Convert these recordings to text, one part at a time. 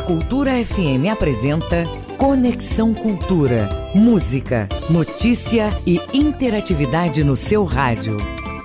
A Cultura FM apresenta Conexão Cultura. Música, notícia e interatividade no seu rádio.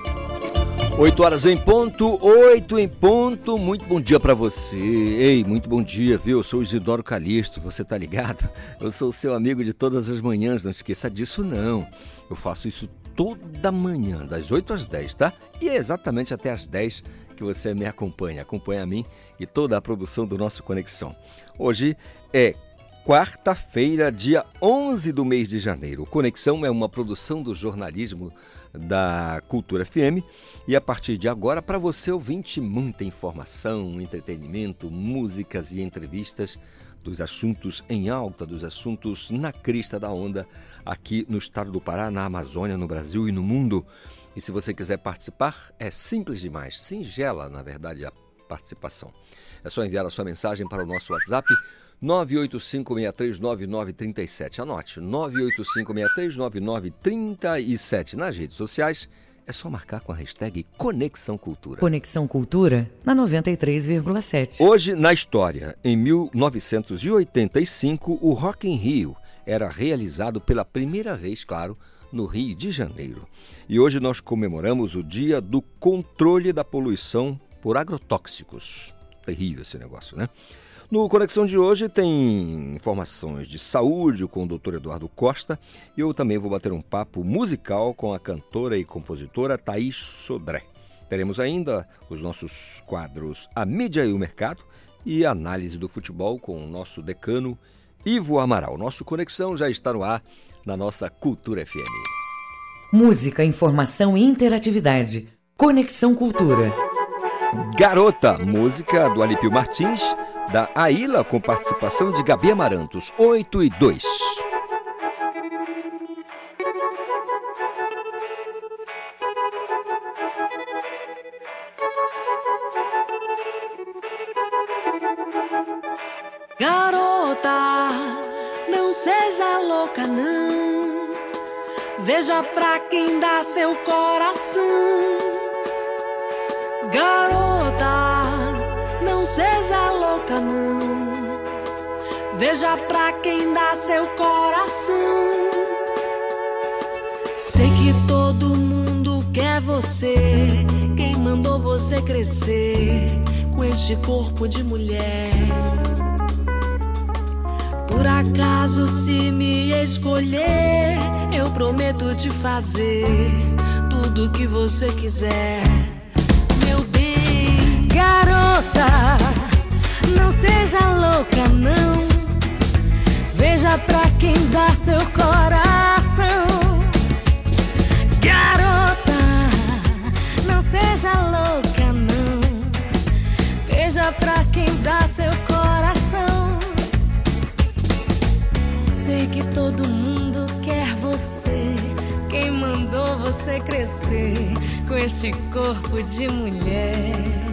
8 em ponto, muito bom dia pra você. Ei, muito bom dia, viu? Eu sou o Isidoro Calixto, você tá ligado? Eu sou o seu amigo de todas as manhãs, não esqueça disso não. Eu faço isso toda manhã, das 8 às 10, tá? E é exatamente até às 10 que você me acompanha a mim e toda a produção do nosso Conexão. Hoje é quarta-feira, dia 11 do mês de janeiro. Conexão é uma produção do jornalismo da Cultura FM e a partir de agora, para você ouvinte, muita informação, entretenimento, músicas e entrevistas dos assuntos em alta, dos assuntos na crista da onda aqui no estado do Pará, na Amazônia, no Brasil e no mundo. E se você quiser participar, é simples demais, singela, na verdade, a participação. É só enviar a sua mensagem para o nosso WhatsApp 985639937. Anote, 985639937. Nas redes sociais, é só marcar com a hashtag Conexão Cultura. Conexão Cultura na 93,7. Hoje, na história, em 1985, o Rock in Rio era realizado pela primeira vez, claro, no Rio de Janeiro. E hoje nós comemoramos o Dia do Controle da Poluição por Agrotóxicos. Terrível esse negócio, né? No Conexão de hoje tem informações de saúde com o Dr. Eduardo Costa e eu também vou bater um papo musical com a cantora e compositora Thaís Sodré. Teremos ainda os nossos quadros A Mídia e o Mercado e a análise do futebol com o nosso decano Ivo Amaral. Nosso Conexão já está no ar na nossa Cultura FM. Música, informação e interatividade. Conexão Cultura. Garota, música do Alípio Martins, da Aila, com participação de Gabi Amarantos, 8:02. Garota, não seja louca não, veja pra quem dá seu coração. Garota, não seja louca não, veja pra quem dá seu coração. Sei que todo mundo quer você, quem mandou você crescer com este corpo de mulher. Por acaso, se me escolher, eu prometo te fazer tudo o que você quiser. Meu bem, garota, não seja louca não, veja pra quem dá seu coração. Garota, não seja louca não, veja pra quem dá seu coração. Sei que todo mundo quer você, quem mandou você crescer com este corpo de mulher.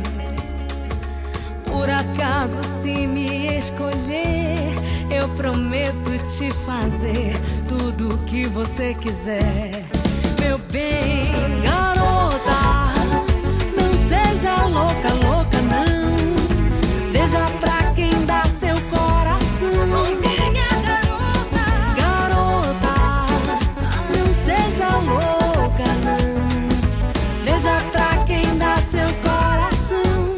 Por acaso, se me escolher, eu prometo te fazer tudo o que você quiser. Meu bem, garota, não seja louca, louca não, veja pra quem dá seu coração. Seja louca não, veja pra quem dá seu coração.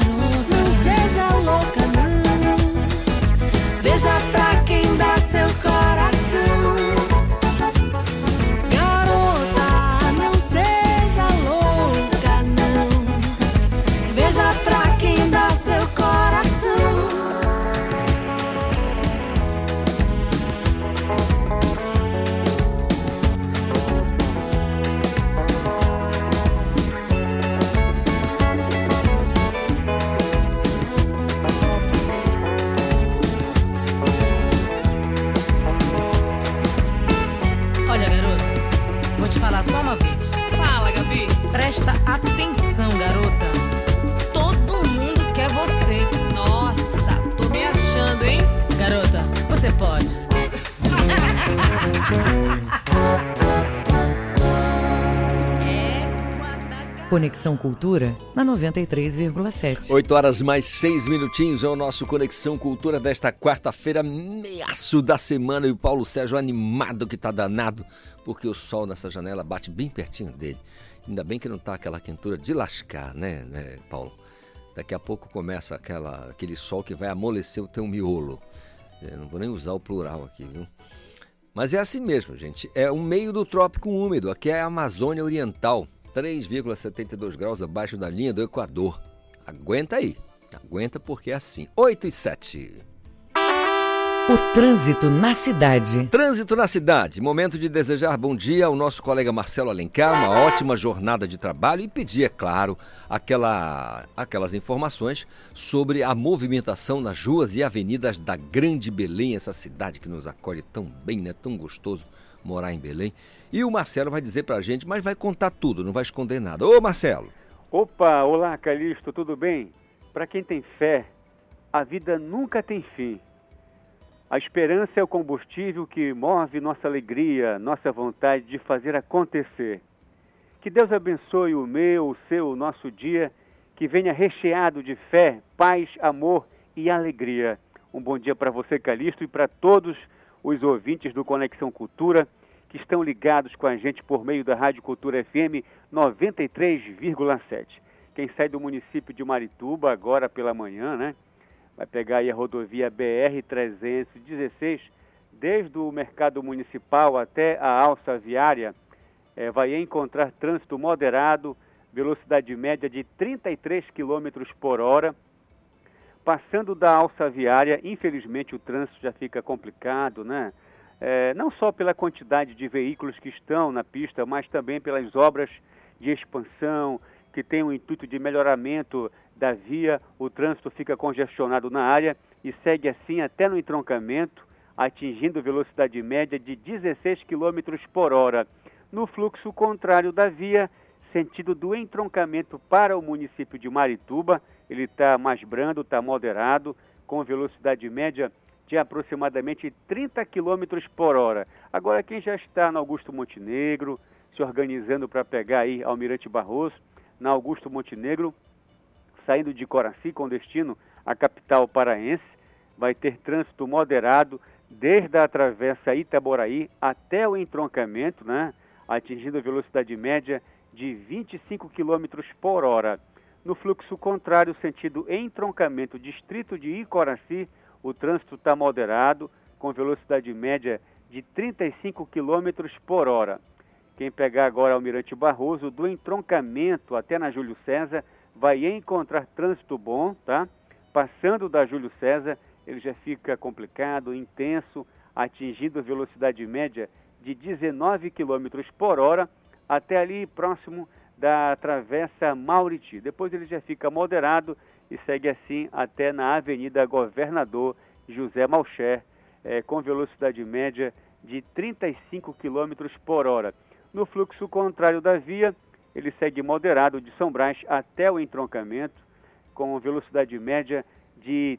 Veja pra quem dá seu coração. pode. Conexão Cultura na 93,7. 8 horas mais 6 minutinhos é o nosso Conexão Cultura desta quarta-feira, meaço da semana, e o Paulo Sérgio animado que tá danado, porque o sol nessa janela bate bem pertinho dele. Ainda bem que não tá aquela quentura de lascar, né, Paulo? Daqui a pouco começa aquele sol que vai amolecer o teu miolo. Eu não vou nem usar o plural aqui, viu? Mas é assim mesmo, gente. É um meio do trópico úmido. Aqui é a Amazônia Oriental. 3,72 graus abaixo da linha do Equador. Aguenta aí. Aguenta porque é assim. 8h07. O trânsito na cidade. Trânsito na cidade. Momento de desejar bom dia ao nosso colega Marcelo Alencar, uma ótima jornada de trabalho e pedir, é claro, aquelas informações sobre a movimentação nas ruas e avenidas da Grande Belém, essa cidade que nos acolhe tão bem, né? Tão gostoso morar em Belém. E o Marcelo vai dizer pra gente, mas vai contar tudo, não vai esconder nada. Ô, Marcelo! Opa, olá, Calixto, tudo bem? Para quem tem fé, a vida nunca tem fim. A esperança é o combustível que move nossa alegria, nossa vontade de fazer acontecer. Que Deus abençoe o meu, o seu, o nosso dia, que venha recheado de fé, paz, amor e alegria. Um bom dia para você, Calixto, e para todos os ouvintes do Conexão Cultura, que estão ligados com a gente por meio da Rádio Cultura FM 93,7. Quem sai do município de Marituba agora pela manhã, né? Vai pegar aí a rodovia BR-316, desde o mercado municipal até a alça viária, vai encontrar trânsito moderado, velocidade média de 33 km por hora. Passando da alça viária, infelizmente o trânsito já fica complicado, né? Não só pela quantidade de veículos que estão na pista, mas também pelas obras de expansão, que tem o intuito de melhoramento da via. O trânsito fica congestionado na área e segue assim até no entroncamento, atingindo velocidade média de 16 km por hora. No fluxo contrário da via, sentido do entroncamento para o município de Marituba, ele está mais brando, está moderado, com velocidade média de aproximadamente 30 km por hora. Agora, quem já está no Augusto Montenegro, se organizando para pegar aí Almirante Barroso, na Augusto Montenegro, saindo de Coraci com destino à capital paraense, vai ter trânsito moderado desde a travessa Itaboraí até o entroncamento, né? Atingindo a velocidade média de 25 km por hora. No fluxo contrário, sentido entroncamento distrito de Icoraci, o trânsito está moderado, com velocidade média de 35 km por hora. Quem pegar agora Almirante Barroso, do entroncamento até na Júlio César, vai encontrar trânsito bom, tá? Passando da Júlio César, ele já fica complicado, intenso, atingindo a velocidade média de 19 km por hora, até ali próximo da Travessa Mauriti. Depois ele já fica moderado e segue assim até na Avenida Governador José Malcher, com velocidade média de 35 km por hora. No fluxo contrário da via, ele segue moderado de São Brás até o entroncamento, com velocidade média de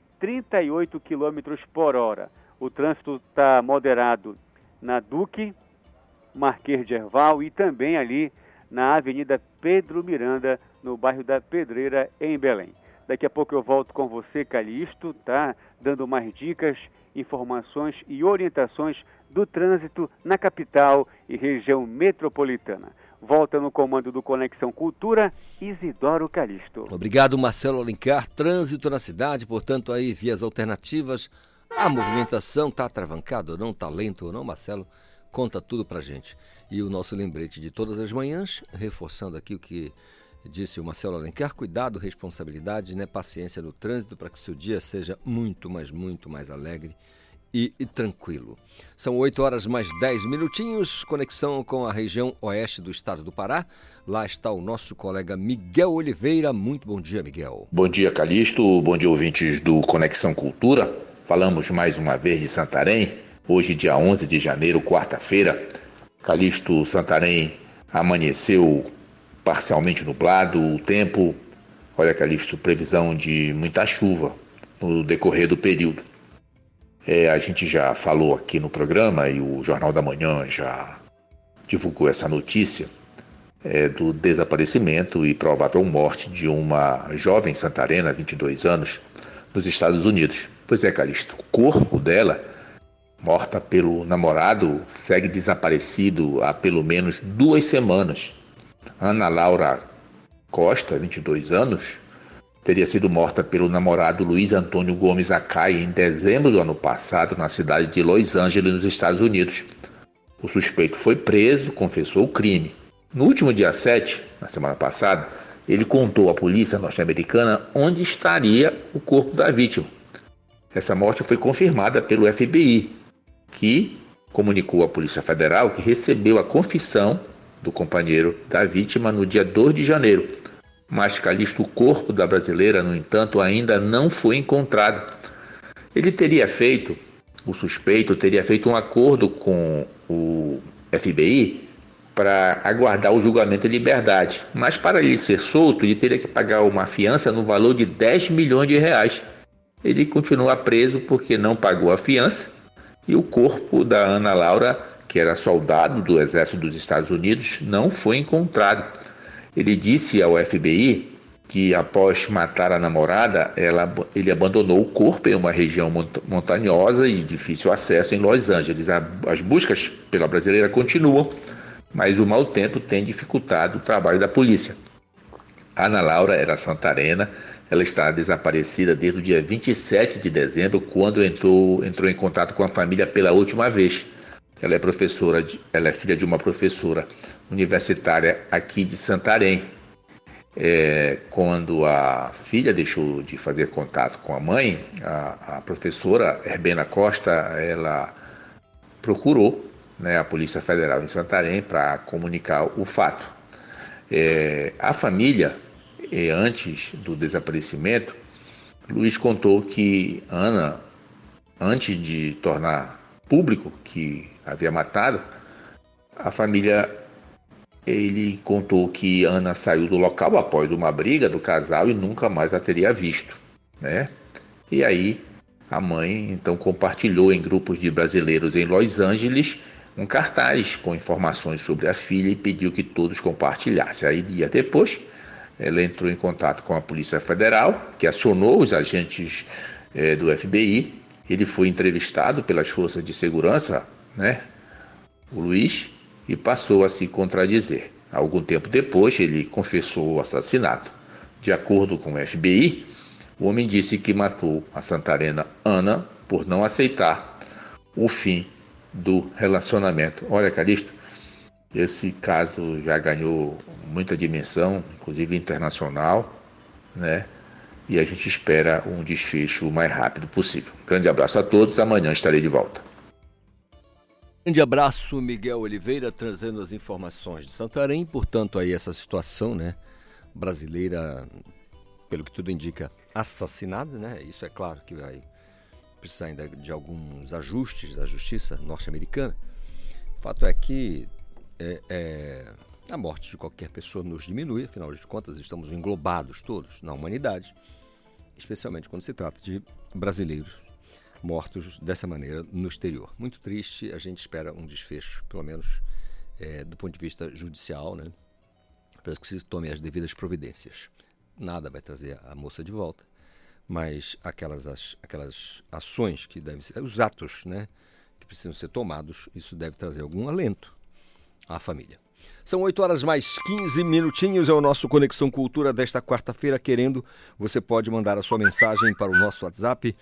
38 km por hora. O trânsito está moderado na Duque, Marquês de Herval e também ali na Avenida Pedro Miranda, no bairro da Pedreira, em Belém. Daqui a pouco eu volto com você, Calixto, tá? Dando mais dicas, informações e orientações do trânsito na capital e região metropolitana. Volta no comando do Conexão Cultura, Isidoro Calixto. Obrigado, Marcelo Alencar. Trânsito na cidade, portanto, aí vias alternativas. A movimentação está atravancada ou não, está lento ou não, Marcelo? Conta tudo pra gente. E o nosso lembrete de todas as manhãs, reforçando aqui o que disse o Marcelo Alencar: cuidado, responsabilidade, né? Paciência no trânsito para que seu dia seja muito mais alegre e tranquilo. São 8 horas mais 10 minutinhos, conexão com a região oeste do estado do Pará. Lá está o nosso colega Miguel Oliveira. Muito bom dia, Miguel. Bom dia, Calixto. Bom dia, ouvintes do Conexão Cultura. Falamos mais uma vez de Santarém. Hoje, dia 11 de janeiro, quarta-feira. Calixto, Santarém amanheceu parcialmente nublado. O tempo, olha, Calixto, previsão de muita chuva no decorrer do período. A gente já falou aqui no programa e o Jornal da Manhã já divulgou essa notícia do desaparecimento e provável morte de uma jovem santarena, 22 anos, nos Estados Unidos. Pois é, Calixto, o corpo dela, morta pelo namorado, segue desaparecido há pelo menos 2 semanas. Ana Laura Costa, 22 anos, teria sido morta pelo namorado Luiz Antônio Gomes Acai em dezembro do ano passado, na cidade de Los Angeles, nos Estados Unidos. O suspeito foi preso, confessou o crime. No último dia 7, na semana passada, ele contou à polícia norte-americana onde estaria o corpo da vítima. Essa morte foi confirmada pelo FBI, que comunicou à Polícia Federal que recebeu a confissão do companheiro da vítima no dia 2 de janeiro. Mas, Calixto, o corpo da brasileira, no entanto, ainda não foi encontrado. O suspeito teria feito um acordo com o FBI para aguardar o julgamento em liberdade. Mas para ele ser solto, ele teria que pagar uma fiança no valor de 10 milhões de reais. Ele continua preso porque não pagou a fiança e o corpo da Ana Laura, que era soldado do Exército dos Estados Unidos, não foi encontrado. Ele disse ao FBI que após matar a namorada, ele abandonou o corpo em uma região montanhosa e de difícil acesso em Los Angeles. As buscas pela brasileira continuam, mas o mau tempo tem dificultado o trabalho da polícia. A Ana Laura era santarena, ela está desaparecida desde o dia 27 de dezembro, quando entrou em contato com a família pela última vez. Ela é filha de uma professora universitária aqui de Santarém. Quando a filha deixou de fazer contato com a mãe, a professora Herbena Costa, ela procurou a Polícia Federal em Santarém para comunicar o fato. A família, antes do desaparecimento, Luiz contou que Ana, antes de tornar público que havia matado, a família, ele contou que Ana saiu do local após uma briga do casal e nunca mais a teria visto, E aí a mãe então compartilhou em grupos de brasileiros em Los Angeles um cartaz com informações sobre a filha e pediu que todos compartilhassem. Aí, dia depois, ela entrou em contato com a Polícia Federal, que acionou os agentes do FBI. Ele foi entrevistado pelas forças de segurança, o Luiz, e passou a se contradizer. Algum tempo depois, ele confessou o assassinato. De acordo com o FBI, o homem disse que matou a santarena Ana por não aceitar o fim do relacionamento. Olha, Calixto, esse caso já ganhou muita dimensão, inclusive internacional, E a gente espera um desfecho o mais rápido possível. Grande abraço a todos, amanhã estarei de volta. Grande abraço, Miguel Oliveira, trazendo as informações de Santarém. Portanto, aí essa situação, brasileira, pelo que tudo indica, assassinada, Isso é claro que vai precisar ainda de alguns ajustes da justiça norte-americana. O fato é que a morte de qualquer pessoa nos diminui, afinal de contas, estamos englobados todos na humanidade, especialmente quando se trata de brasileiros mortos dessa maneira no exterior. Muito triste, a gente espera um desfecho, pelo menos do ponto de vista judicial, para que se tome as devidas providências. Nada vai trazer a moça de volta, mas aquelas ações que devem ser, os atos, que precisam ser tomados, isso deve trazer algum alento à família. São 8h mais 15 minutinhos, é o nosso Conexão Cultura desta quarta-feira. Você pode mandar a sua mensagem para o nosso WhatsApp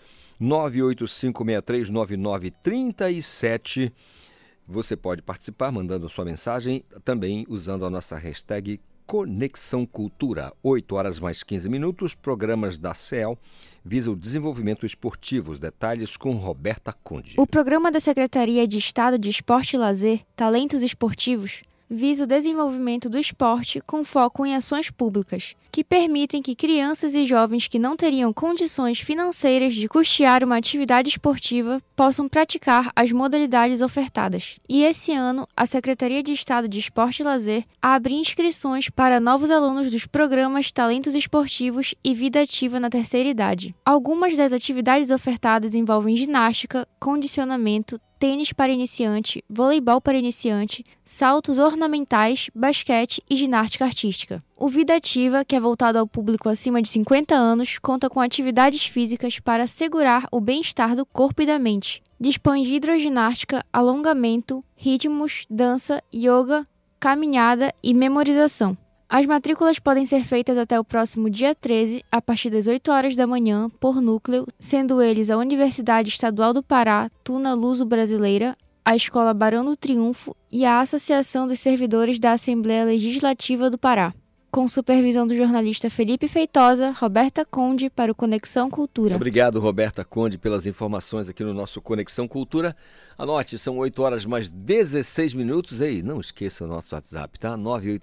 985639937. Você pode participar mandando a sua mensagem também usando a nossa hashtag Conexão Cultura. 8h mais 15 minutos, programas da CEL visa o desenvolvimento esportivo. Os detalhes com Roberta Conde. O programa da Secretaria de Estado de Esporte e Lazer, Talentos Esportivos, visa o desenvolvimento do esporte com foco em ações públicas, que permitem que crianças e jovens que não teriam condições financeiras de custear uma atividade esportiva possam praticar as modalidades ofertadas. E esse ano, a Secretaria de Estado de Esporte e Lazer abre inscrições para novos alunos dos programas Talentos Esportivos e Vida Ativa na Terceira Idade. Algumas das atividades ofertadas envolvem ginástica, condicionamento, tênis para iniciante, voleibol para iniciante, saltos ornamentais, basquete e ginástica artística. O Vida Ativa, que é voltado ao público acima de 50 anos, conta com atividades físicas para assegurar o bem-estar do corpo e da mente. Dispõe de hidroginástica, alongamento, ritmos, dança, yoga, caminhada e memorização. As matrículas podem ser feitas até o próximo dia 13, a partir das 8 horas da manhã, por núcleo, sendo eles a Universidade Estadual do Pará, Tuna Luso-Brasileira, a Escola Barão do Triunfo e a Associação dos Servidores da Assembleia Legislativa do Pará. Com supervisão do jornalista Felipe Feitosa, Roberta Conde para o Conexão Cultura. Obrigado, Roberta Conde, pelas informações aqui no nosso Conexão Cultura. Anote, são 8 horas mais 16 minutos. Ei, não esqueça o nosso WhatsApp, tá?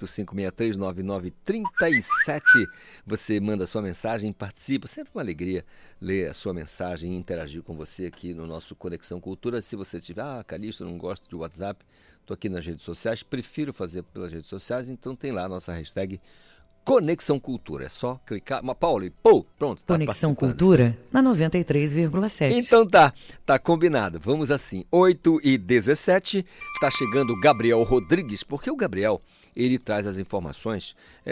985639937. Você manda sua mensagem, participa. Sempre uma alegria ler a sua mensagem e interagir com você aqui no nosso Conexão Cultura. Se você tiver, Calixto, eu não gosto de WhatsApp, estou aqui nas redes sociais, prefiro fazer pelas redes sociais, então tem lá a nossa hashtag Conexão Cultura. É só clicar. Paulo, pronto. Tá Conexão Cultura na 93,7. Então tá combinado. Vamos assim, 8h17, tá chegando o Gabriel Rodrigues, porque o Gabriel, ele traz as informações,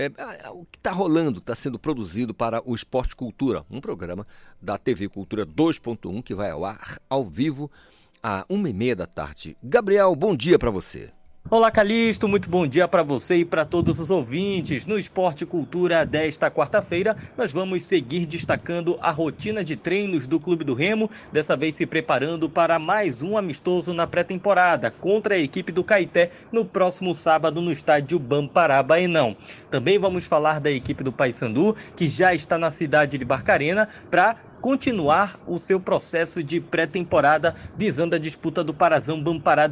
o que está rolando, está sendo produzido para o Esporte Cultura, um programa da TV Cultura 2.1 que vai ao ar, ao vivo, à 1h30 da tarde. Gabriel, bom dia para você. Olá, Calixto, muito bom dia para você e para todos os ouvintes. No Esporte Cultura desta quarta-feira, nós vamos seguir destacando a rotina de treinos do Clube do Remo, dessa vez se preparando para mais um amistoso na pré-temporada contra a equipe do Caeté no próximo sábado no estádio Bampará, Baenão. Também vamos falar da equipe do Paysandu, que já está na cidade de Barcarena para continuar o seu processo de pré-temporada visando a disputa do Parazão Bampará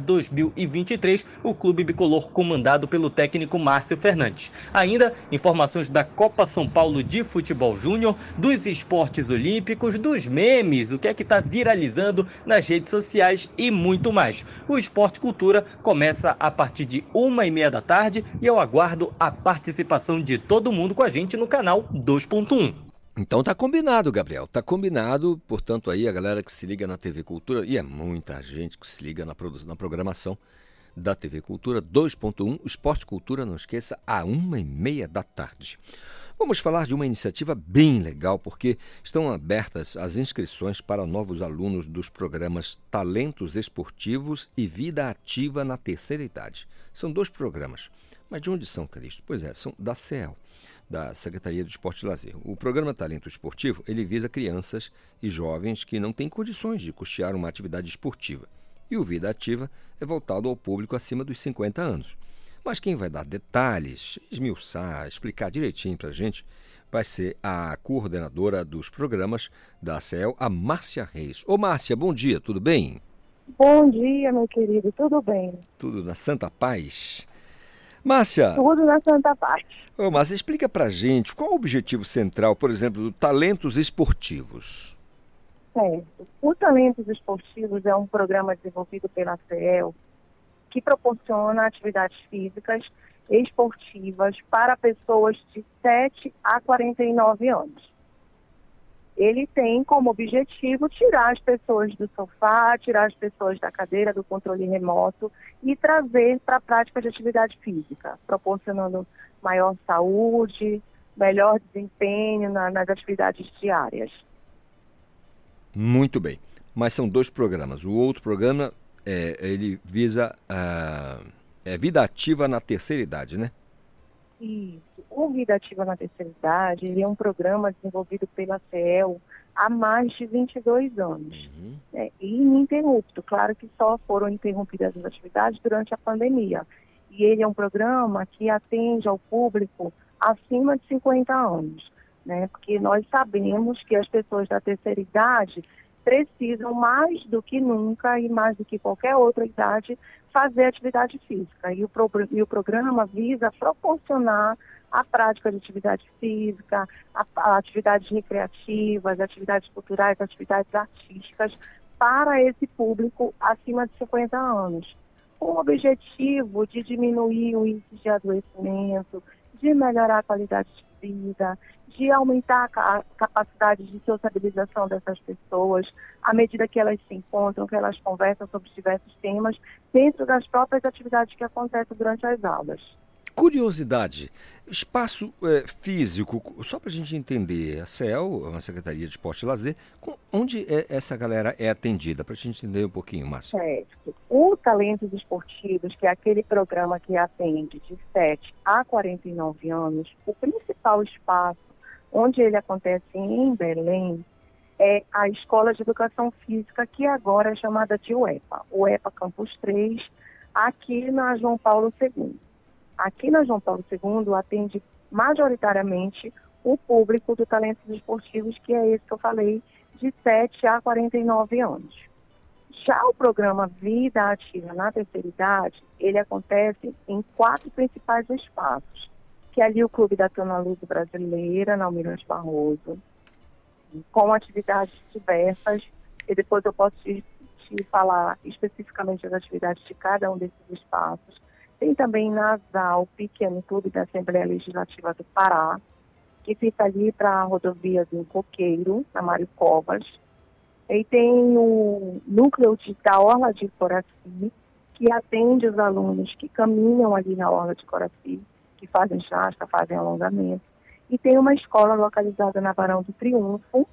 2023, o clube bicolor comandado pelo técnico Márcio Fernandes. Ainda informações da Copa São Paulo de Futebol Júnior, dos esportes olímpicos, dos memes, o que é que está viralizando nas redes sociais e muito mais. O Esporte Cultura começa a partir de 1h30 da tarde e eu aguardo a participação de todo mundo com a gente no canal 2.1. Então tá combinado, Gabriel, tá combinado, portanto aí a galera que se liga na TV Cultura, e é muita gente que se liga na programação da TV Cultura 2.1, Esporte Cultura, não esqueça, à 1h30 da tarde. Vamos falar de uma iniciativa bem legal, porque estão abertas as inscrições para novos alunos dos programas Talentos Esportivos e Vida Ativa na Terceira Idade. São 2 programas, mas de onde são, Calixto? Pois é, são da CEL, da Secretaria do Esporte e Lazer. O programa Talento Esportivo, ele visa crianças e jovens que não têm condições de custear uma atividade esportiva. E o Vida Ativa é voltado ao público acima dos 50 anos. Mas quem vai dar detalhes, esmiuçar, explicar direitinho para a gente, vai ser a coordenadora dos programas da ACEL, a Márcia Reis. Ô Márcia, bom dia, tudo bem? Bom dia, meu querido, tudo bem? Tudo na Santa Paz? Márcia... Tudo na Santa Paz. Ô Márcia, explica pra gente qual o objetivo central, por exemplo, do Talentos Esportivos. Certo. O Talentos Esportivos é um programa desenvolvido pela CEL que proporciona atividades físicas e esportivas para pessoas de 7 a 49 anos. Ele tem como objetivo tirar as pessoas do sofá, tirar as pessoas da cadeira, do controle remoto e trazer para a prática de atividade física, proporcionando maior saúde, melhor desempenho nas atividades diárias. Muito bem, mas são 2 programas. O outro programa, ele visa a Vida Ativa na Terceira Idade, né? Isso. O Vida Ativa na Terceira Idade, ele é um programa desenvolvido pela CEL há mais de 22 anos. E ininterrupto. Claro que só foram interrompidas as atividades durante a pandemia. E ele é um programa que atende ao público acima de 50 anos, né? Porque nós sabemos que as pessoas da terceira idade, precisam mais do que nunca e mais do que qualquer outra idade fazer atividade física. E o programa visa proporcionar a prática de atividade física, atividades recreativas, atividades culturais, atividades artísticas para esse público acima de 50 anos, com o objetivo de diminuir o índice de adoecimento, de melhorar a qualidade de vida, de aumentar a capacidade de sociabilização dessas pessoas, à medida que elas se encontram, que elas conversam sobre diversos temas, dentro das próprias atividades que acontecem durante as aulas. Curiosidade, espaço físico, só para a gente entender, a CEL, uma Secretaria de Esporte e Lazer, onde essa galera é atendida? Para a gente entender um pouquinho, Márcia. Certo. O Talentos Esportivos, que é aquele programa que atende de 7 a 49 anos, o principal espaço onde ele acontece em Belém é a Escola de Educação Física, que agora é chamada de UEPA, UEPA Campus 3, aqui na João Paulo II. Aqui na João Paulo II atende majoritariamente o público do Talentos Esportivos, que é esse que eu falei, de 7 a 49 anos. Já o programa Vida Ativa na Terceira Idade, ele acontece em 4 principais espaços, que é ali o Clube da Tona Luz Brasileira, na Almirante Barroso, com atividades diversas, e depois eu posso te falar especificamente das atividades de cada um desses espaços. Tem também na ZALP, que é no Clube da Assembleia Legislativa do Pará, que fica ali para a rodovia do Coqueiro, na Mário Covas. E tem o núcleo da Orla de Coraci, que atende os alunos que caminham ali na Orla de Coraci, que fazem ginástica, fazem alongamento. E tem uma escola localizada na Barão do Triunfo,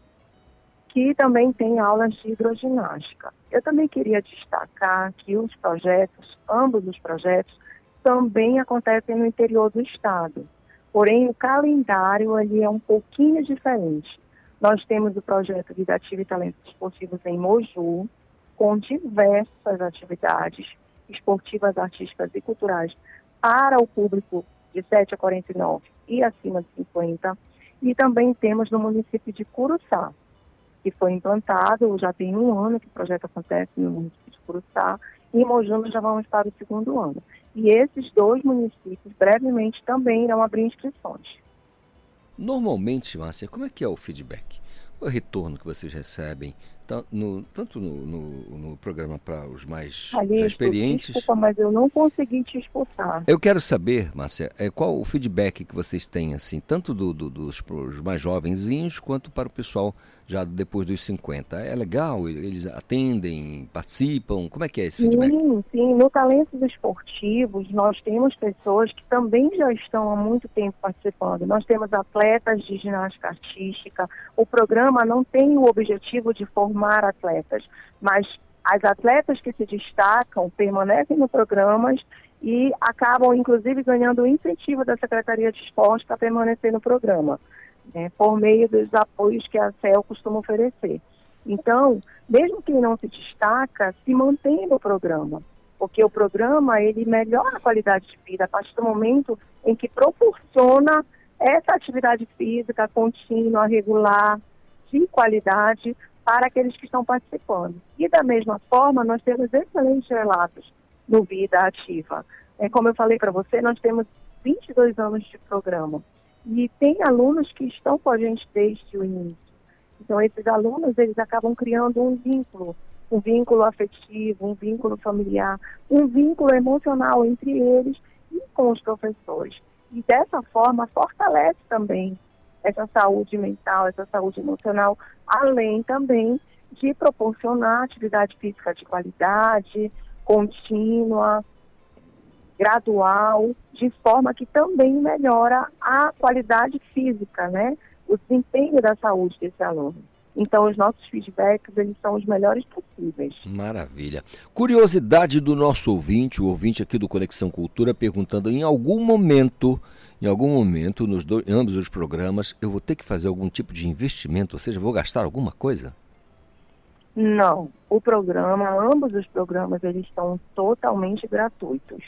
que também tem aulas de hidroginástica. Eu também queria destacar que os projetos, ambos os projetos, também acontecem no interior do estado. Porém, o calendário ali é um pouquinho diferente. Nós temos o projeto Vida Ativa e Talentos Esportivos em Moju, com diversas atividades esportivas, artísticas e culturais para o público de 7 a 49 e acima de 50. E também temos no município de Curuçá, que foi implantado, já tem 1 ano que o projeto acontece no município de Curuçá, e em Moju nós já vamos para o 2º ano. E esses 2 municípios, brevemente, também irão abrir inscrições. Normalmente, Márcia, como é que é o feedback? O retorno que vocês recebem, tanto no programa para os mais experientes... Desculpa, mas eu não consegui te expulsar. Eu quero saber, Márcia, qual o feedback que vocês têm, assim, tanto dos mais jovenzinhos, quanto para o pessoal já depois dos 50. É legal? Eles atendem, participam? Como é que é esse feedback? Sim. No Talentos Esportivos, nós temos pessoas que também já estão há muito tempo participando. Nós temos atletas de ginástica artística. O programa não tem o objetivo de formar atletas, mas as atletas que se destacam permanecem no programa e acabam, inclusive, ganhando o incentivo da Secretaria de Esporte para permanecer no programa, né, por meio dos apoios que a CEL costuma oferecer. Então, mesmo quem não se destaca, se mantém no programa, porque o programa ele melhora a qualidade de vida a partir do momento em que proporciona essa atividade física contínua, regular, de qualidade, para aqueles que estão participando. E da mesma forma, nós temos excelentes relatos no Vida Ativa. Como eu falei para você, nós temos 22 anos de programa. E tem alunos que estão com a gente desde o início. Então, esses alunos, eles acabam criando um vínculo afetivo, um vínculo familiar, um vínculo emocional entre eles e com os professores. E dessa forma, fortalece também essa saúde mental, essa saúde emocional, além também de proporcionar atividade física de qualidade, contínua, gradual, de forma que também melhora a qualidade física, né? O desempenho da saúde desse aluno. Então, os nossos feedbacks, eles são os melhores possíveis. Maravilha. Curiosidade do nosso ouvinte, o ouvinte aqui do Conexão Cultura, perguntando em algum momento, em ambos os programas, eu vou ter que fazer algum tipo de investimento, ou seja, vou gastar alguma coisa? Não. Ambos os programas, eles estão totalmente gratuitos.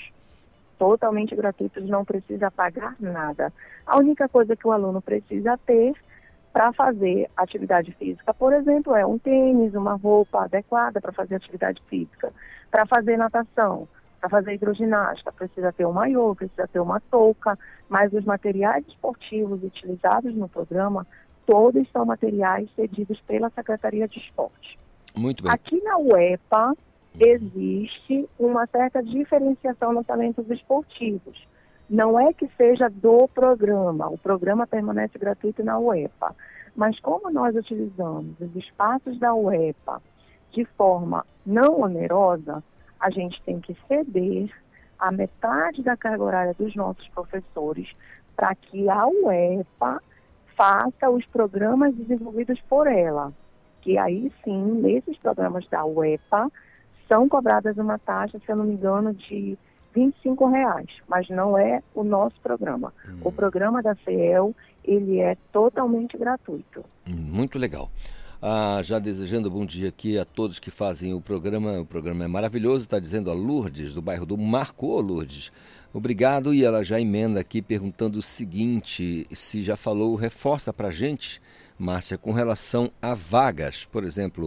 Não precisa pagar nada. A única coisa que o aluno precisa ter para fazer atividade física. Por exemplo, é um tênis, uma roupa adequada para fazer atividade física. Para fazer natação, para fazer hidroginástica, precisa ter um maiô, precisa ter uma touca, mas os materiais esportivos utilizados no programa, todos são materiais cedidos pela Secretaria de Esporte. Muito bem. Aqui na UEPA existe uma certa diferenciação nos talentos esportivos. Não é que seja do programa, o programa permanece gratuito na UEPA, mas como nós utilizamos os espaços da UEPA de forma não onerosa, a gente tem que ceder a metade da carga horária dos nossos professores para que a UEPA faça os programas desenvolvidos por ela, que aí sim, nesses programas da UEPA, são cobradas uma taxa, se eu não me engano, de R$25, mas não é o nosso programa. O programa da CEL, ele é totalmente gratuito. Muito legal. Já desejando bom dia aqui a todos que fazem o programa é maravilhoso, está dizendo a Lourdes, do bairro do Marco. Ô, Lourdes, obrigado, e ela já emenda aqui perguntando o seguinte, se já falou, reforça para a gente, Márcia, com relação a vagas, por exemplo,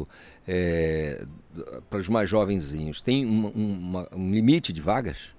para os mais jovenzinhos, tem um limite de vagas?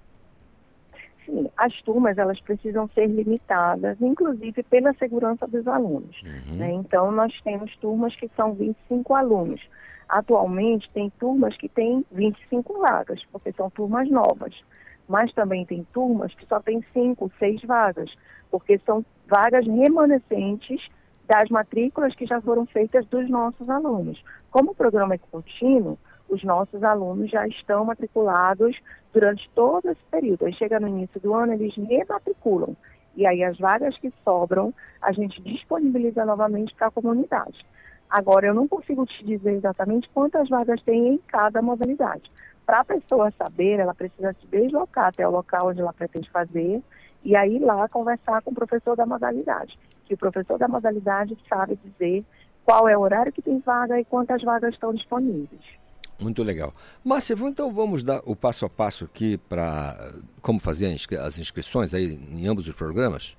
Sim, as turmas elas precisam ser limitadas, inclusive pela segurança dos alunos. Né? Então, nós temos turmas que são 25 alunos. Atualmente, tem turmas que têm 25 vagas, porque são turmas novas. Mas também tem turmas que só têm 5, 6 vagas, porque são vagas remanescentes das matrículas que já foram feitas dos nossos alunos. Como o programa é contínuo, os nossos alunos já estão matriculados durante todo esse período. Aí chega no início do ano, eles rematriculam. E aí as vagas que sobram, a gente disponibiliza novamente para a comunidade. Agora, eu não consigo te dizer exatamente quantas vagas tem em cada modalidade. Para a pessoa saber, ela precisa se deslocar até o local onde ela pretende fazer e aí lá conversar com o professor da modalidade. Que o professor da modalidade sabe dizer qual é o horário que tem vaga e quantas vagas estão disponíveis. Muito legal. Márcia, então vamos dar o passo a passo aqui para como fazer as inscrições aí em ambos os programas?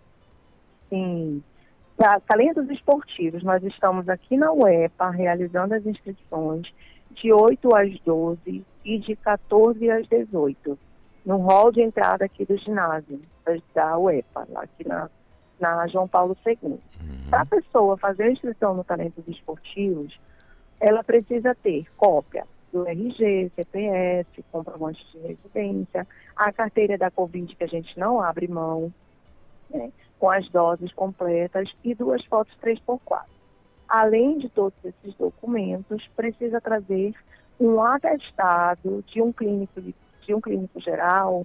Sim. Para talentos esportivos, nós estamos aqui na UEPA realizando as inscrições de 8 às 12 e de 14 às 18, no hall de entrada aqui do ginásio da UEPA, lá aqui na João Paulo II. Para a pessoa fazer a inscrição no talentos esportivos, ela precisa ter cópia do RG, CPF, comprovante de residência, a carteira da Covid, que a gente não abre mão, né, com as doses completas, e 2 fotos 3x4. Além de todos esses documentos, precisa trazer um atestado de um clínico geral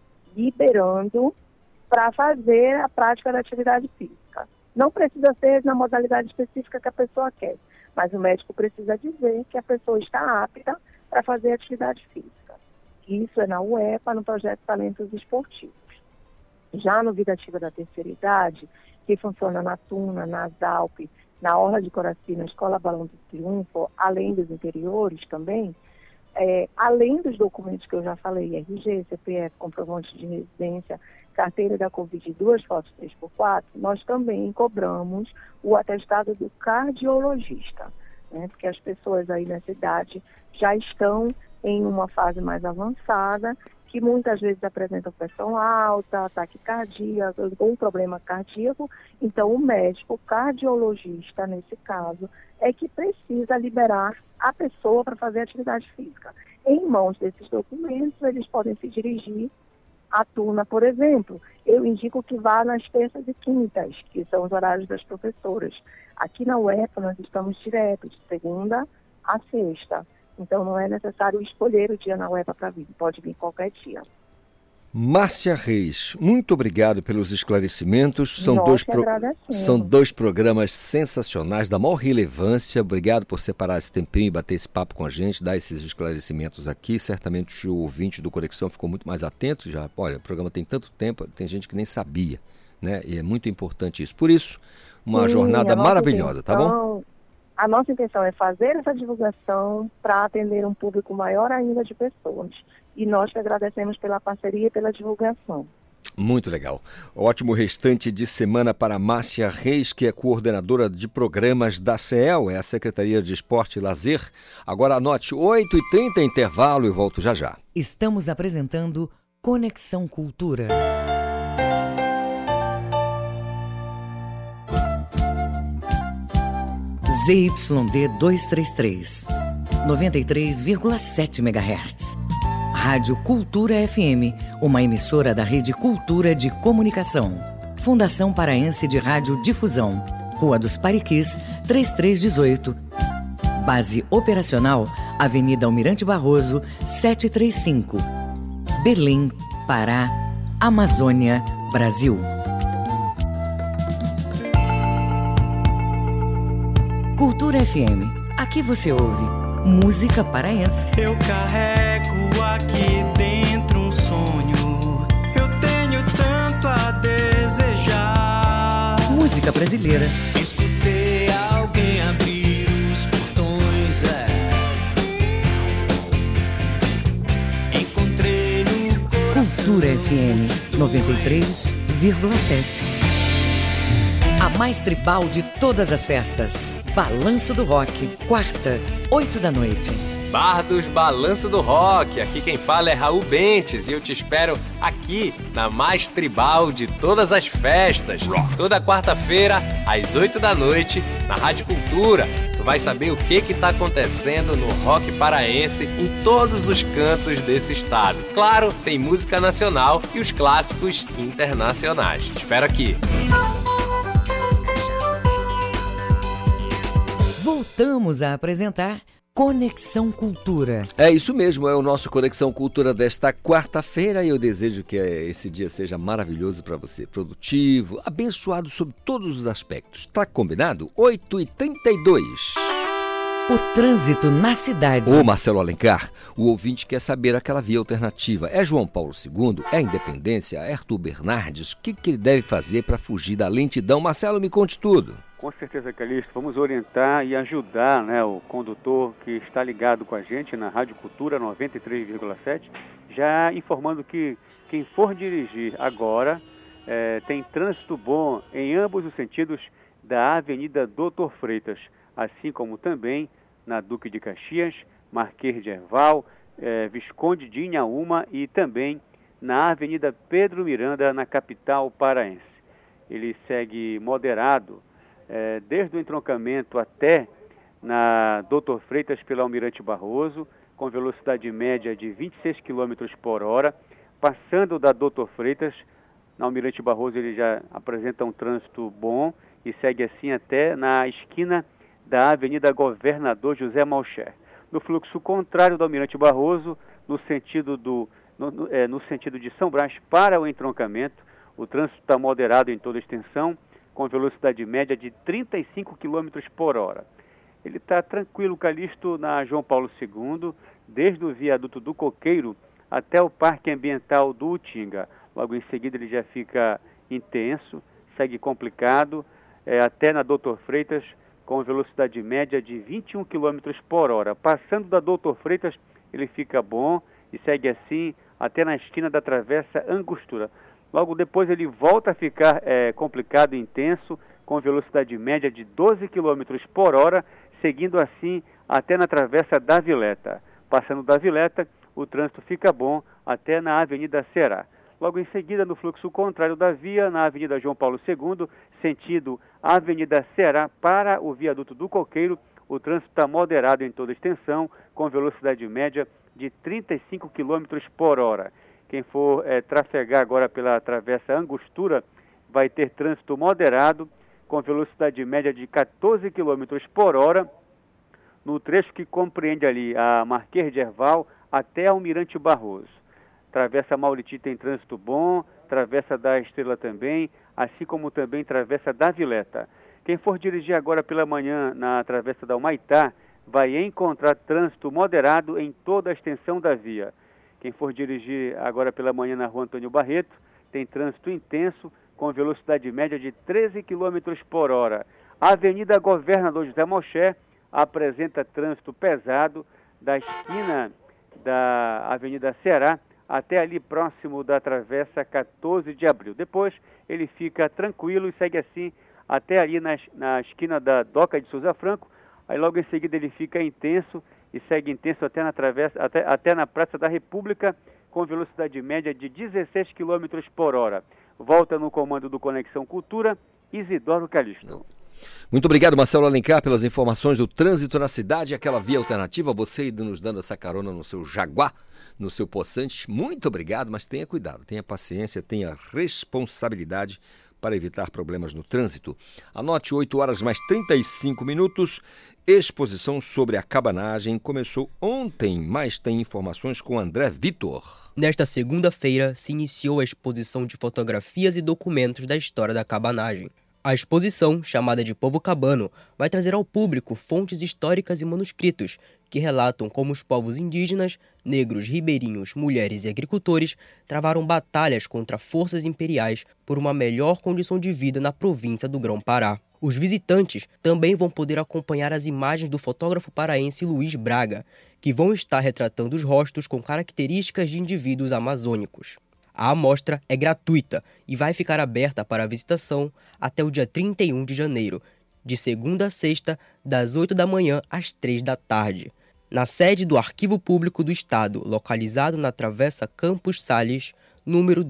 liberando para fazer a prática da atividade física. Não precisa ser na modalidade específica que a pessoa quer, mas o médico precisa dizer que a pessoa está apta para fazer atividade física. Isso é na UEPA, no projeto Talentos Esportivos. Já no Vida Ativa da Terceira Idade, que funciona na Tuna, na Zalp, na Orla de Coraci, na Escola Balão do Triunfo, além dos interiores também, além dos documentos que eu já falei, RG, CPF, comprovante de residência, carteira da Covid e 2 fotos 3x4, nós também cobramos o atestado do cardiologista, né? Porque as pessoas aí nessa idade já estão em uma fase mais avançada, que muitas vezes apresentam pressão alta, ataque cardíaco, algum problema cardíaco. Então, o médico cardiologista, nesse caso, é que precisa liberar a pessoa para fazer atividade física. Em mãos desses documentos, eles podem se dirigir à Tuna, por exemplo. Eu indico que vá nas terças e quintas, que são os horários das professoras. Aqui na UEPA, nós estamos direto, de segunda a sexta. Então, não é necessário escolher o dia na UEPA para vir. Pode vir qualquer dia. Márcia Reis, muito obrigado pelos esclarecimentos. São dois programas sensacionais, da maior relevância. Obrigado por separar esse tempinho e bater esse papo com a gente, dar esses esclarecimentos aqui. Certamente o ouvinte do Conexão ficou muito mais atento. Já, olha, o programa tem tanto tempo, tem gente que nem sabia, né? E é muito importante isso. Por isso, uma jornada maravilhosa, tá bom? A nossa intenção é fazer essa divulgação para atender um público maior ainda de pessoas. E nós que agradecemos pela parceria e pela divulgação. Muito legal. Ótimo restante de semana para Márcia Reis, que é coordenadora de programas da CEL, é a Secretaria de Esporte e Lazer. Agora anote, 8h30, intervalo, e volto já já. Estamos apresentando Conexão Cultura. ZYD 233, 93,7 MHz. Rádio Cultura FM, uma emissora da Rede Cultura de Comunicação. Fundação Paraense de Rádio Difusão, Rua dos Pariquis, 3318. Base operacional, Avenida Almirante Barroso, 735. Belém, Pará, Amazônia, Brasil. Cultura FM, aqui você ouve música paraense. Eu carrego aqui dentro um sonho, eu tenho tanto a desejar. Música brasileira. Escutei alguém abrir os portões, encontrei no coração. Cultura FM 93,7. A mais tribal de todas as festas. Balanço do Rock, quarta, 8h. Bar dos Balanço do Rock, aqui quem fala é Raul Bentes e eu te espero aqui na mais tribal de todas as festas. Toda quarta-feira, às 8h, na Rádio Cultura. Tu vai saber o que tá acontecendo no rock paraense em todos os cantos desse estado. Claro, tem música nacional e os clássicos internacionais. Te espero aqui. Voltamos a apresentar Conexão Cultura. É isso mesmo, é o nosso Conexão Cultura desta quarta-feira e eu desejo que esse dia seja maravilhoso para você, produtivo, abençoado sob todos os aspectos. Tá combinado? 8h32. O trânsito na cidade. Ô Marcelo Alencar, o ouvinte quer saber aquela via alternativa. É João Paulo II? É Independência? É Arthur Bernardes? O que ele deve fazer para fugir da lentidão? Marcelo, me conte tudo. Com certeza, Calixto, vamos orientar e ajudar, né, o condutor que está ligado com a gente na Rádio Cultura 93,7, já informando que quem for dirigir agora tem trânsito bom em ambos os sentidos da Avenida Doutor Freitas, assim como também na Duque de Caxias, Marquês de Herval, Visconde de Inhaúma e também na Avenida Pedro Miranda, na capital paraense. Ele segue moderado desde o entroncamento até na Doutor Freitas pela Almirante Barroso, com velocidade média de 26 km por hora. Passando da Doutor Freitas, na Almirante Barroso ele já apresenta um trânsito bom e segue assim até na esquina da Avenida Governador José Malcher. No fluxo contrário do Almirante Barroso, no sentido de São Brás para o entroncamento, o trânsito está moderado em toda a extensão, com velocidade média de 35 km por hora. Ele está tranquilo, Calixto, na João Paulo II, desde o viaduto do Coqueiro até o Parque Ambiental do Utinga. Logo em seguida ele já fica intenso, segue complicado, até na Doutor Freitas, com velocidade média de 21 km por hora. Passando da Doutor Freitas, ele fica bom e segue assim até na esquina da Travessa Angostura. Logo depois ele volta a ficar complicado e intenso, com velocidade média de 12 km por hora, seguindo assim até na Travessa da Vileta. Passando da Vileta, o trânsito fica bom até na Avenida Ceará. Logo em seguida, no fluxo contrário da via, na Avenida João Paulo II, sentido Avenida Ceará para o viaduto do Coqueiro, o trânsito está moderado em toda a extensão, com velocidade média de 35 km por hora. Quem for trafegar agora pela Travessa Angostura vai ter trânsito moderado, com velocidade média de 14 km por hora, no trecho que compreende ali a Marquês de Herval até Almirante Barroso. Travessa Mauriti tem trânsito bom, Travessa da Estrela também, assim como também Travessa da Vileta. Quem for dirigir agora pela manhã na Travessa da Humaitá vai encontrar trânsito moderado em toda a extensão da via. Quem for dirigir agora pela manhã na Rua Antônio Barreto tem trânsito intenso, com velocidade média de 13 km por hora. A Avenida Governador José Malcher apresenta trânsito pesado da esquina da Avenida Ceará até ali próximo da travessa 14 de abril. Depois ele fica tranquilo e segue assim até ali na esquina da Doca de Souza Franco. Aí logo em seguida ele fica intenso e segue intenso até na travessa, até na Praça da República, com velocidade média de 16 km por hora. Volta no comando do Conexão Cultura, Isidoro Calixto. Muito obrigado, Marcelo Alencar, pelas informações do trânsito na cidade, aquela via alternativa, você nos dando essa carona no seu Jaguar, no seu possante. Muito obrigado, mas tenha cuidado, tenha paciência, tenha responsabilidade para evitar problemas no trânsito. Anote, 8h mais 35. Exposição sobre a cabanagem começou ontem, mas tem informações com André Vitor. Nesta segunda-feira se iniciou a exposição de fotografias e documentos da história da cabanagem. A exposição, chamada de Povo Cabano, vai trazer ao público fontes históricas e manuscritos que relatam como os povos indígenas, negros, ribeirinhos, mulheres e agricultores travaram batalhas contra forças imperiais por uma melhor condição de vida na província do Grão-Pará. Os visitantes também vão poder acompanhar as imagens do fotógrafo paraense Luiz Braga, que vão estar retratando os rostos com características de indivíduos amazônicos. A amostra é gratuita e vai ficar aberta para visitação até o dia 31 de janeiro, de segunda a sexta, das 8 da manhã às 3 da tarde, na sede do Arquivo Público do Estado, localizado na Travessa Campos Sales, número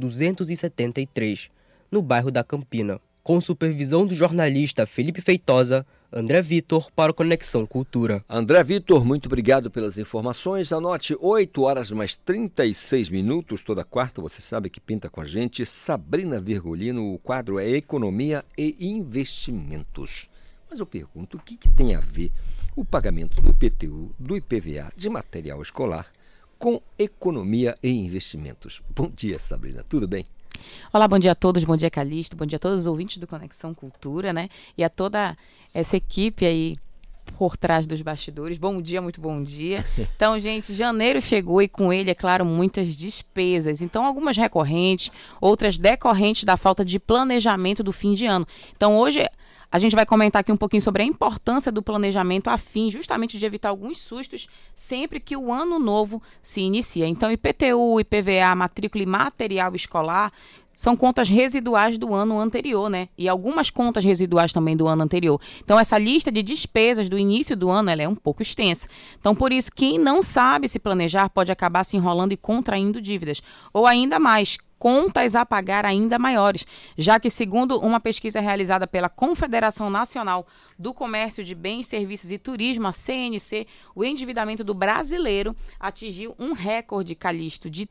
273, no bairro da Campina. Com supervisão do jornalista Felipe Feitosa, André Vitor para o Conexão Cultura. André Vitor, muito obrigado pelas informações. Anote, 8h mais 36, toda quarta, você sabe que pinta com a gente, Sabrina Virgulino, o quadro é Economia e Investimentos. Mas eu pergunto, o que tem a ver o pagamento do IPTU, do IPVA, de material escolar, com economia e investimentos? Bom dia, Sabrina, tudo bem? Olá, bom dia a todos, bom dia Calixto, bom dia a todos os ouvintes do Conexão Cultura, né? E a toda essa equipe aí por trás dos bastidores. Bom dia, muito bom dia. Então, gente, janeiro chegou e com ele, é claro, muitas despesas. Então, algumas recorrentes, outras decorrentes da falta de planejamento do fim de ano. Então, hoje a gente vai comentar aqui um pouquinho sobre a importância do planejamento a fim justamente de evitar alguns sustos sempre que o ano novo se inicia. Então, IPTU, IPVA, matrícula e material escolar são contas residuais do ano anterior, né? E algumas contas residuais também do ano anterior. Então, essa lista de despesas do início do ano, ela é um pouco extensa. Então, por isso, quem não sabe se planejar pode acabar se enrolando e contraindo dívidas. Ou ainda mais, contas a pagar ainda maiores, já que, segundo uma pesquisa realizada pela Confederação Nacional do Comércio de Bens, Serviços e Turismo, a CNC, o endividamento do brasileiro atingiu um recorde, Calixto, de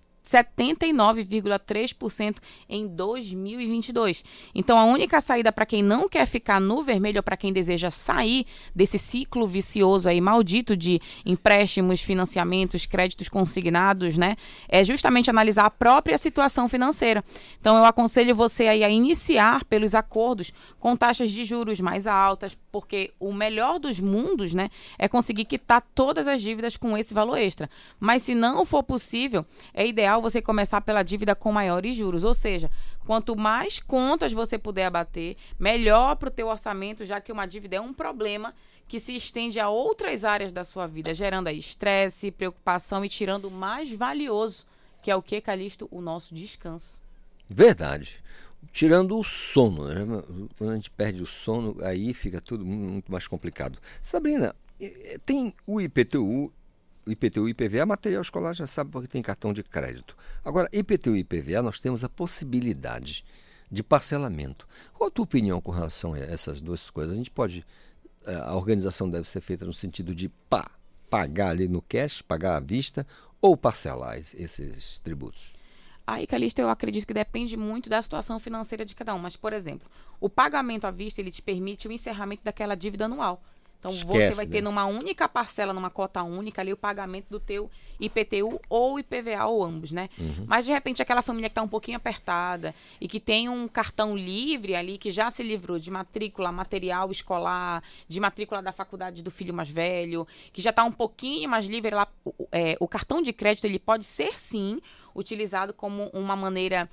79,3% em 2022. Então, a única saída para quem não quer ficar no vermelho ou para quem deseja sair desse ciclo vicioso aí maldito de empréstimos, financiamentos, créditos consignados, né, é justamente analisar a própria situação financeira. Então, eu aconselho você aí a iniciar pelos acordos com taxas de juros mais altas, porque o melhor dos mundos, né, é conseguir quitar todas as dívidas com esse valor extra. Mas se não for possível, é ideal você começar pela dívida com maiores juros, ou seja, quanto mais contas você puder abater, melhor para o teu orçamento, já que uma dívida é um problema que se estende a outras áreas da sua vida, gerando aí estresse, preocupação e tirando o mais valioso, que é o que, Calixto? O nosso descanso. Verdade. Tirando o sono, né? Quando a gente perde o sono, aí fica tudo muito mais complicado. Sabrina, tem o IPTU e IPVA, material escolar já sabe porque tem cartão de crédito. Agora, IPTU e IPVA, nós temos a possibilidade de parcelamento. Qual a tua opinião com relação a essas duas coisas? A gente pode, a organização deve ser feita no sentido de pagar ali no cash, pagar à vista, ou parcelar esses tributos? Aí, Calixto, eu acredito que depende muito da situação financeira de cada um. Mas, por exemplo, o pagamento à vista, ele te permite o encerramento daquela dívida anual. Então, você vai ter numa única parcela, numa cota única, ali o pagamento do teu IPTU ou IPVA, ou ambos, né? Uhum. Mas, de repente, aquela família que está um pouquinho apertada e que tem um cartão livre ali, que já se livrou de matrícula, material escolar, de matrícula da faculdade do filho mais velho, que já está um pouquinho mais livre lá, o cartão de crédito, ele pode ser, sim, utilizado como uma maneira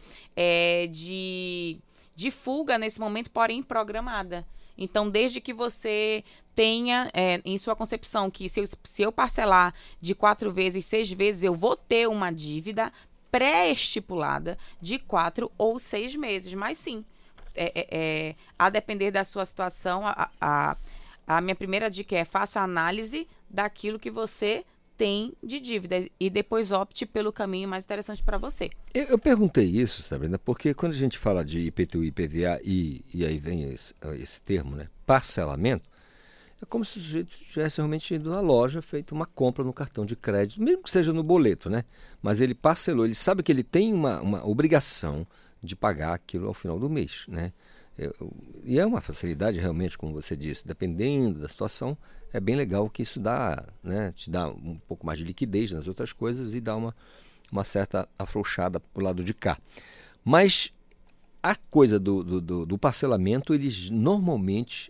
de fuga nesse momento, porém programada. Então, desde que você tenha em sua concepção que se eu parcelar de 4 vezes, 6 vezes, eu vou ter uma dívida, pré-estipulada de 4 ou 6 meses. Mas sim, a depender da sua situação, a minha primeira dica é: faça a análise daquilo que você tem de dívidas e depois opte pelo caminho mais interessante para você. Eu perguntei isso, Sabrina, porque quando a gente fala de IPTU e IPVA e aí vem esse termo, né, parcelamento, é como se o sujeito tivesse realmente ido na loja, feito uma compra no cartão de crédito, mesmo que seja no boleto, né? Mas ele parcelou, ele sabe que ele tem uma obrigação de pagar aquilo ao final do mês, né? E é uma facilidade realmente, como você disse, dependendo da situação, é bem legal que isso dá, né, te dá um pouco mais de liquidez nas outras coisas e dá uma certa afrouxada pro lado de cá. Mas a coisa do parcelamento, eles normalmente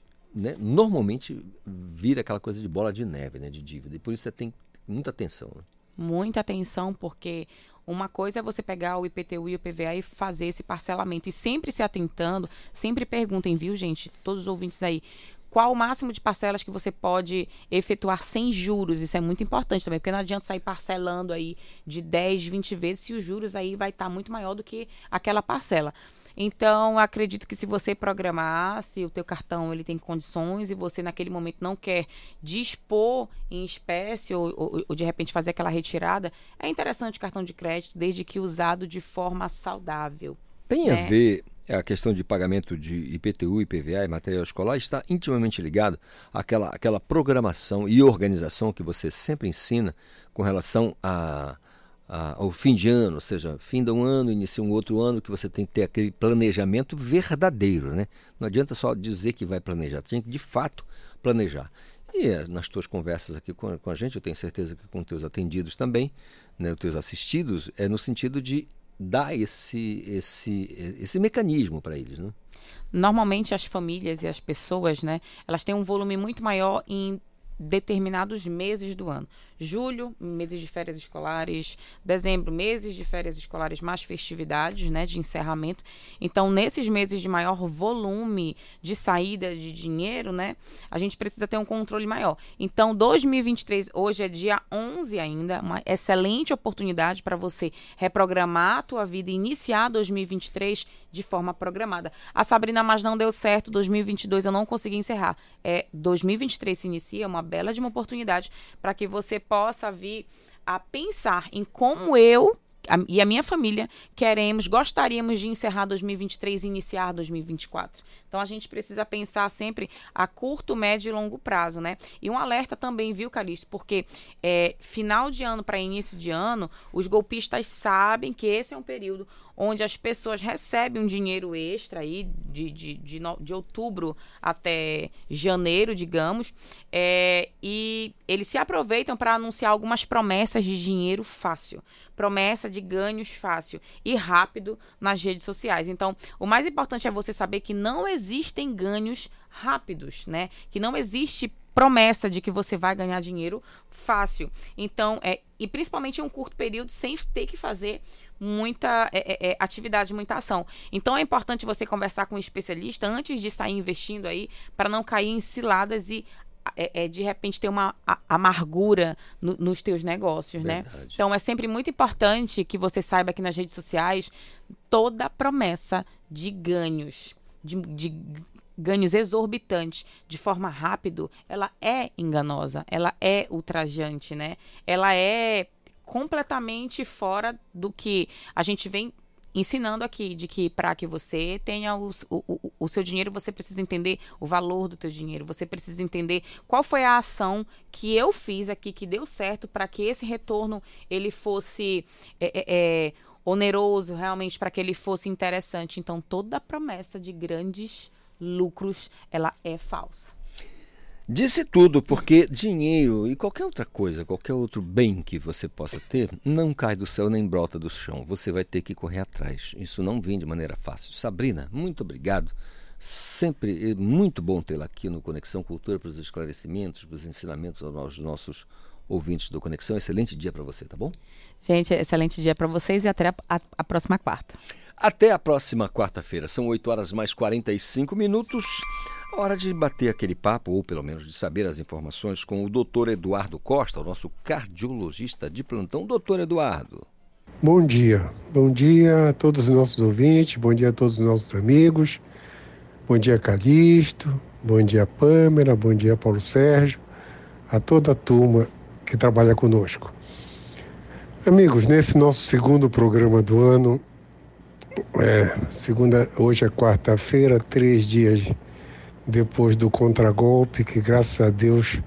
vira aquela coisa de bola de neve, né, de dívida, e por isso você tem muita atenção, né? Muita atenção, porque uma coisa é você pegar o IPTU e o IPVA e fazer esse parcelamento. E sempre se atentando, sempre perguntem, viu, gente, todos os ouvintes aí, qual o máximo de parcelas que você pode efetuar sem juros. Isso é muito importante também, porque não adianta sair parcelando aí de 10, 20 vezes, se os juros aí vai estar muito maior do que aquela parcela. Então, acredito que se você programar, se o teu cartão ele tem condições e você naquele momento não quer dispor em espécie ou de repente fazer aquela retirada, é interessante o cartão de crédito, desde que usado de forma saudável. Tem a ver a questão de pagamento de IPTU, IPVA e material escolar, está intimamente ligado àquela programação e organização que você sempre ensina com relação ao fim de ano, ou seja, fim de um ano, inicia um outro ano, que você tem que ter aquele planejamento verdadeiro, né? Não adianta só dizer que vai planejar, tem que de fato planejar. E nas tuas conversas aqui com a gente, eu tenho certeza que com teus atendidos também, né, os teus assistidos, é no sentido de dar esse mecanismo para eles, né? Normalmente as famílias e as pessoas, né, elas têm um volume muito maior em determinados meses do ano. Julho, meses de férias escolares. Dezembro, meses de férias escolares mais festividades, né, de encerramento. Então, nesses meses de maior volume de saída de dinheiro, né, a gente precisa ter um controle maior. Então, 2023, hoje é dia 11 ainda, uma excelente oportunidade para você reprogramar a tua vida e iniciar 2023 de forma programada. A Sabrina, mas não deu certo, 2022 eu não consegui encerrar. 2023 se inicia, é uma bela de uma oportunidade para que você possa vir a pensar em como eu e a minha família gostaríamos de encerrar 2023 e iniciar 2024. Então, a gente precisa pensar sempre a curto, médio e longo prazo, né? E um alerta também, viu, Calixto? Porque final de ano para início de ano, os golpistas sabem que esse é um período onde as pessoas recebem um dinheiro extra aí de outubro até janeiro, digamos, e eles se aproveitam para anunciar algumas promessas de dinheiro fácil, promessa de ganhos fácil e rápido nas redes sociais. Então, o mais importante é você saber que não existem ganhos rápidos, né? Que não existe promessa de que você vai ganhar dinheiro fácil. Então, e principalmente em um curto período, sem ter que fazer muita atividade, muita ação. Então, é importante você conversar com um especialista antes de sair investindo aí, para não cair em ciladas e de repente ter uma amargura nos teus negócios, verdade, né? Então, é sempre muito importante que você saiba que nas redes sociais toda promessa de ganhos, de ganhos exorbitantes de forma rápida, ela é enganosa, ela é ultrajante, né? Ela é completamente fora do que a gente vem ensinando aqui, de que para que você tenha o seu dinheiro, você precisa entender o valor do teu dinheiro, você precisa entender qual foi a ação que eu fiz aqui, que deu certo, para que esse retorno ele fosse oneroso, realmente, para que ele fosse interessante. Então, toda promessa de grandes lucros, ela é falsa. Disse tudo, porque dinheiro e qualquer outra coisa, qualquer outro bem que você possa ter, não cai do céu nem brota do chão. Você vai ter que correr atrás. Isso não vem de maneira fácil. Sabrina, muito obrigado. Sempre muito bom tê-la aqui no Conexão Cultura, para os esclarecimentos, para os ensinamentos aos nossos ouvintes do Conexão. Excelente dia para você, tá bom? Gente, excelente dia para vocês e até a próxima quarta. Até a próxima quarta-feira. São 8h mais 45 minutos. Hora de bater aquele papo, ou pelo menos de saber as informações com o Dr. Eduardo Costa, o nosso cardiologista de plantão. Doutor Eduardo. Bom dia a todos os nossos ouvintes, bom dia a todos os nossos amigos, bom dia Calixto, bom dia Pâmela, bom dia Paulo Sérgio, a toda a turma que trabalha conosco. Amigos, nesse nosso segundo programa do ano, hoje é quarta-feira, 3 dias depois do contragolpe, que graças a Deus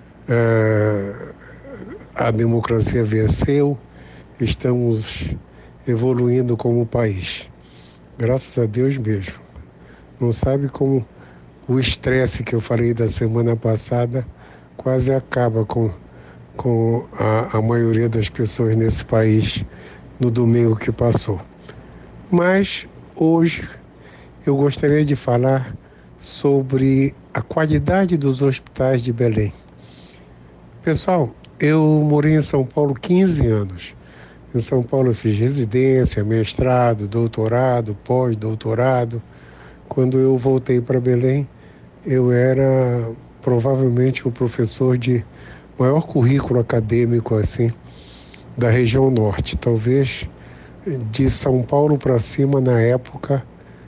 a democracia venceu, estamos evoluindo como país. Graças a Deus mesmo. Não sabe como o estresse que eu falei da semana passada quase acaba com a maioria das pessoas nesse país no domingo que passou. Mas hoje eu gostaria de falar sobre a qualidade dos hospitais de Belém. Pessoal, eu morei em São Paulo 15 anos. Em São Paulo eu fiz residência, mestrado, doutorado, pós-doutorado. Quando eu voltei para Belém, eu era provavelmente o professor de maior currículo acadêmico assim da região norte. Talvez de São Paulo para cima, na época,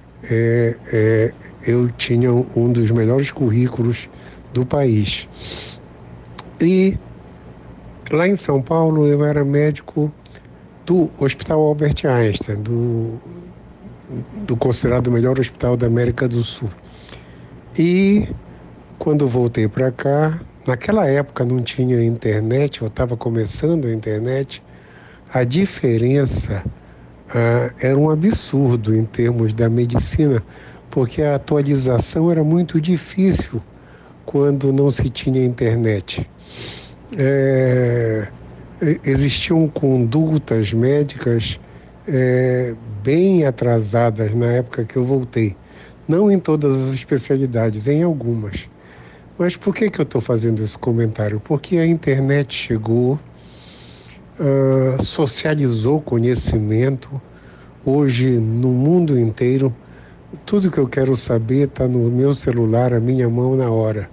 eu tinha um dos melhores currículos do país. E lá em São Paulo eu era médico do Hospital Albert Einstein, do considerado o melhor hospital da América do Sul. E quando voltei para cá, naquela época não tinha internet, eu estava começando a internet, a diferença era um absurdo em termos da medicina, porque a atualização era muito difícil quando não se tinha internet. Existiam condutas médicas bem atrasadas na época que eu voltei. Não em todas as especialidades, em algumas. Mas por que eu estou fazendo esse comentário? Porque a internet chegou, socializou conhecimento. Hoje, no mundo inteiro, tudo que eu quero saber está no meu celular, a minha mão, na hora.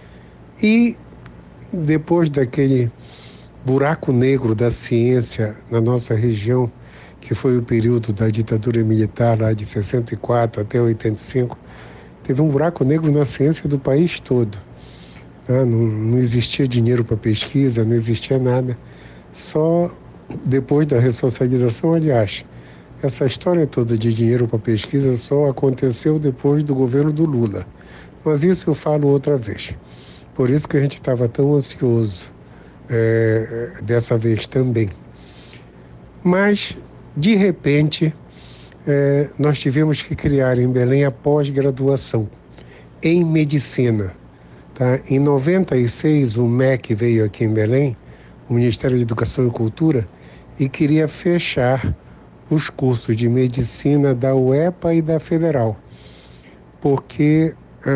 E depois daquele buraco negro da ciência na nossa região, que foi o período da ditadura militar, lá de 64 até 85, teve um buraco negro na ciência do país todo. Não existia dinheiro para pesquisa, não existia nada. Só depois da ressocialização, aliás, essa história toda de dinheiro para pesquisa só aconteceu depois do governo do Lula. Mas isso eu falo outra vez. Por isso que a gente estava tão ansioso dessa vez também. Mas, de repente, nós tivemos que criar em Belém a pós-graduação em medicina. Tá? Em 96, o MEC veio aqui em Belém, o Ministério da Educação e Cultura, e queria fechar os cursos de medicina da UEPA e da Federal, porque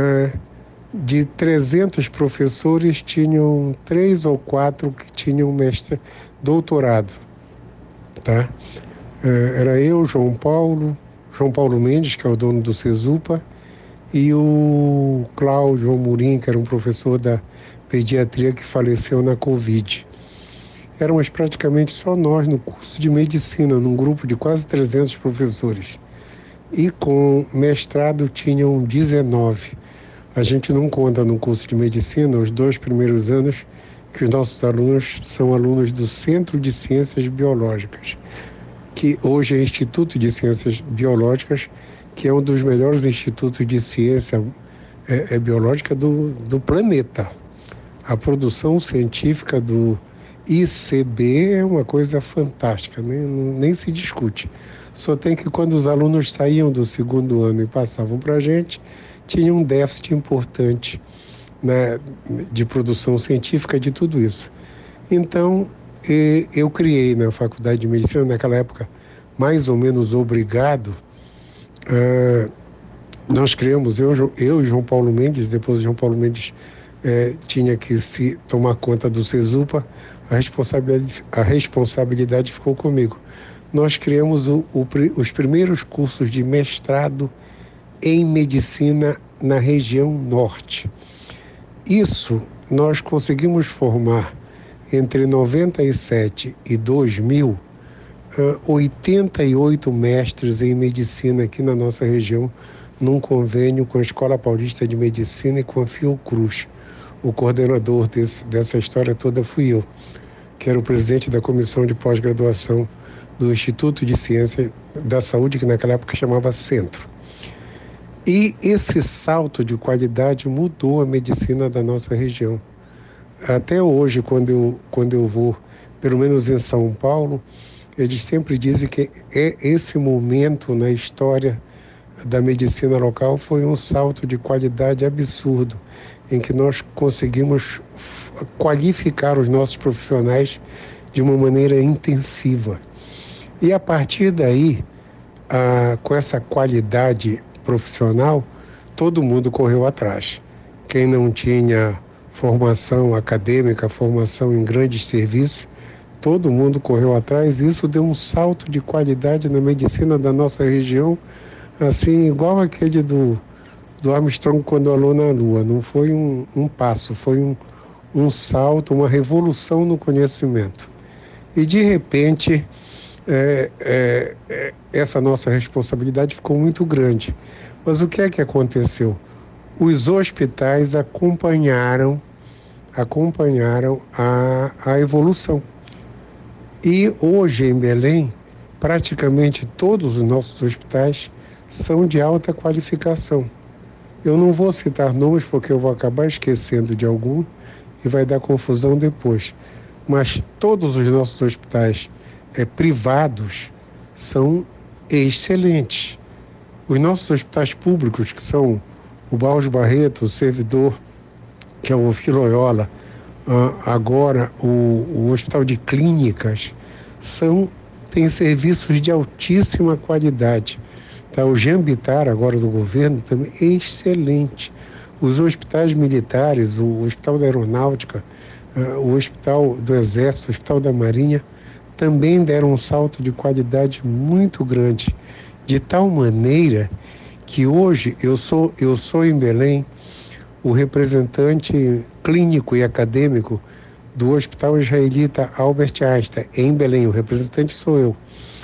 de 300 professores tinham 3 ou 4 que tinham doutorado. Tá? Era eu, João Paulo Mendes, que é o dono do CESUPA, e o Cláudio Amorim, que era um professor da pediatria que faleceu na Covid. Éramos praticamente só nós no curso de medicina, num grupo de quase 300 professores. E com mestrado tinham 19. A gente não conta no curso de medicina os 2 primeiros anos, que os nossos alunos são alunos do Centro de Ciências Biológicas, que hoje é Instituto de Ciências Biológicas, que é um dos melhores institutos de ciência biológica do planeta. A produção científica do ICB é uma coisa fantástica, nem se discute. Só tem que quando os alunos saíam do segundo ano e passavam para a gente, tinha um déficit importante, né, de produção científica de tudo isso. Então, eu criei na Faculdade de Medicina, naquela época, mais ou menos obrigado, nós criamos, eu e João Paulo Mendes, depois o João Paulo Mendes tinha que se tomar conta do CESUPA, a responsabilidade ficou comigo. Nós criamos os primeiros cursos de mestrado em medicina na região norte. Isso nós conseguimos formar entre 97 e 2000 88 mestres em medicina aqui na nossa região, num convênio com a Escola Paulista de Medicina e com a Fiocruz. O coordenador dessa história toda fui eu, que era o presidente da comissão de pós-graduação do Instituto de Ciência da Saúde, que naquela época chamava Centro. E esse salto de qualidade mudou a medicina da nossa região. Até hoje, quando eu vou, pelo menos em São Paulo, eles sempre dizem que esse momento na história da medicina local foi um salto de qualidade absurdo, em que nós conseguimos qualificar os nossos profissionais de uma maneira intensiva. E a partir daí, com essa qualidade profissional, todo mundo correu atrás. Quem não tinha formação acadêmica, formação em grandes serviços, todo mundo correu atrás. Isso deu um salto de qualidade na medicina da nossa região, assim, igual aquele do Armstrong quando andou na Lua. Não foi um passo, foi um salto, uma revolução no conhecimento. E, de repente, essa nossa responsabilidade ficou muito grande. Mas o que é que aconteceu? Os hospitais acompanharam a evolução. E hoje em Belém, praticamente todos os nossos hospitais são de alta qualificação. Eu não vou citar nomes porque eu vou acabar esquecendo de algum e vai dar confusão depois. Mas todos os nossos hospitais privados são excelentes. Os nossos hospitais públicos, que são o Barros Barreto, o Servidor, que é o Vila Loyola, agora o Hospital de Clínicas, têm serviços de altíssima qualidade. Tá? O Jambitar, agora do governo, também é excelente. Os hospitais militares, o Hospital da Aeronáutica, o Hospital do Exército, o Hospital da Marinha, também deram um salto de qualidade muito grande, de tal maneira que hoje eu sou em Belém o representante clínico e acadêmico do Hospital Israelita Albert Einstein, em Belém. O representante sou eu.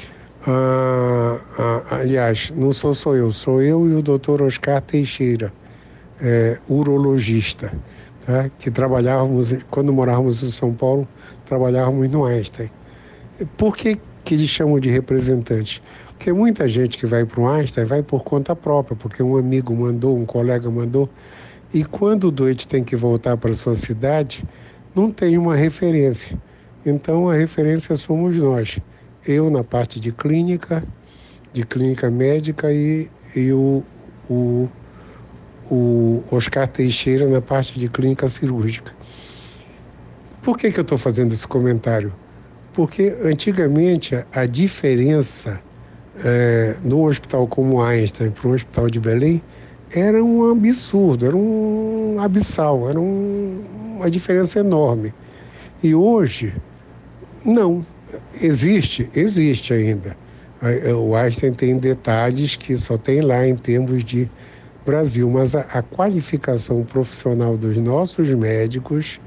Aliás, não sou eu, sou eu e o Dr. Oscar Teixeira, urologista, tá? Que trabalhávamos, quando morávamos em São Paulo, trabalhávamos no Einstein. Por que eles chamam de representante? Porque muita gente que vai para o Einstein vai por conta própria, porque um amigo mandou, um colega mandou, e quando o doente tem que voltar para a sua cidade, não tem uma referência. Então a referência somos nós. Eu na parte de clínica médica e o Oscar Teixeira na parte de clínica cirúrgica. Por que eu estou fazendo esse comentário? Porque antigamente a diferença num hospital como Einstein para um hospital de Belém era um absurdo, era um abissal, era uma diferença enorme. E hoje, não. Existe ainda. O Einstein tem detalhes que só tem lá em termos de Brasil, mas a qualificação profissional dos nossos médicos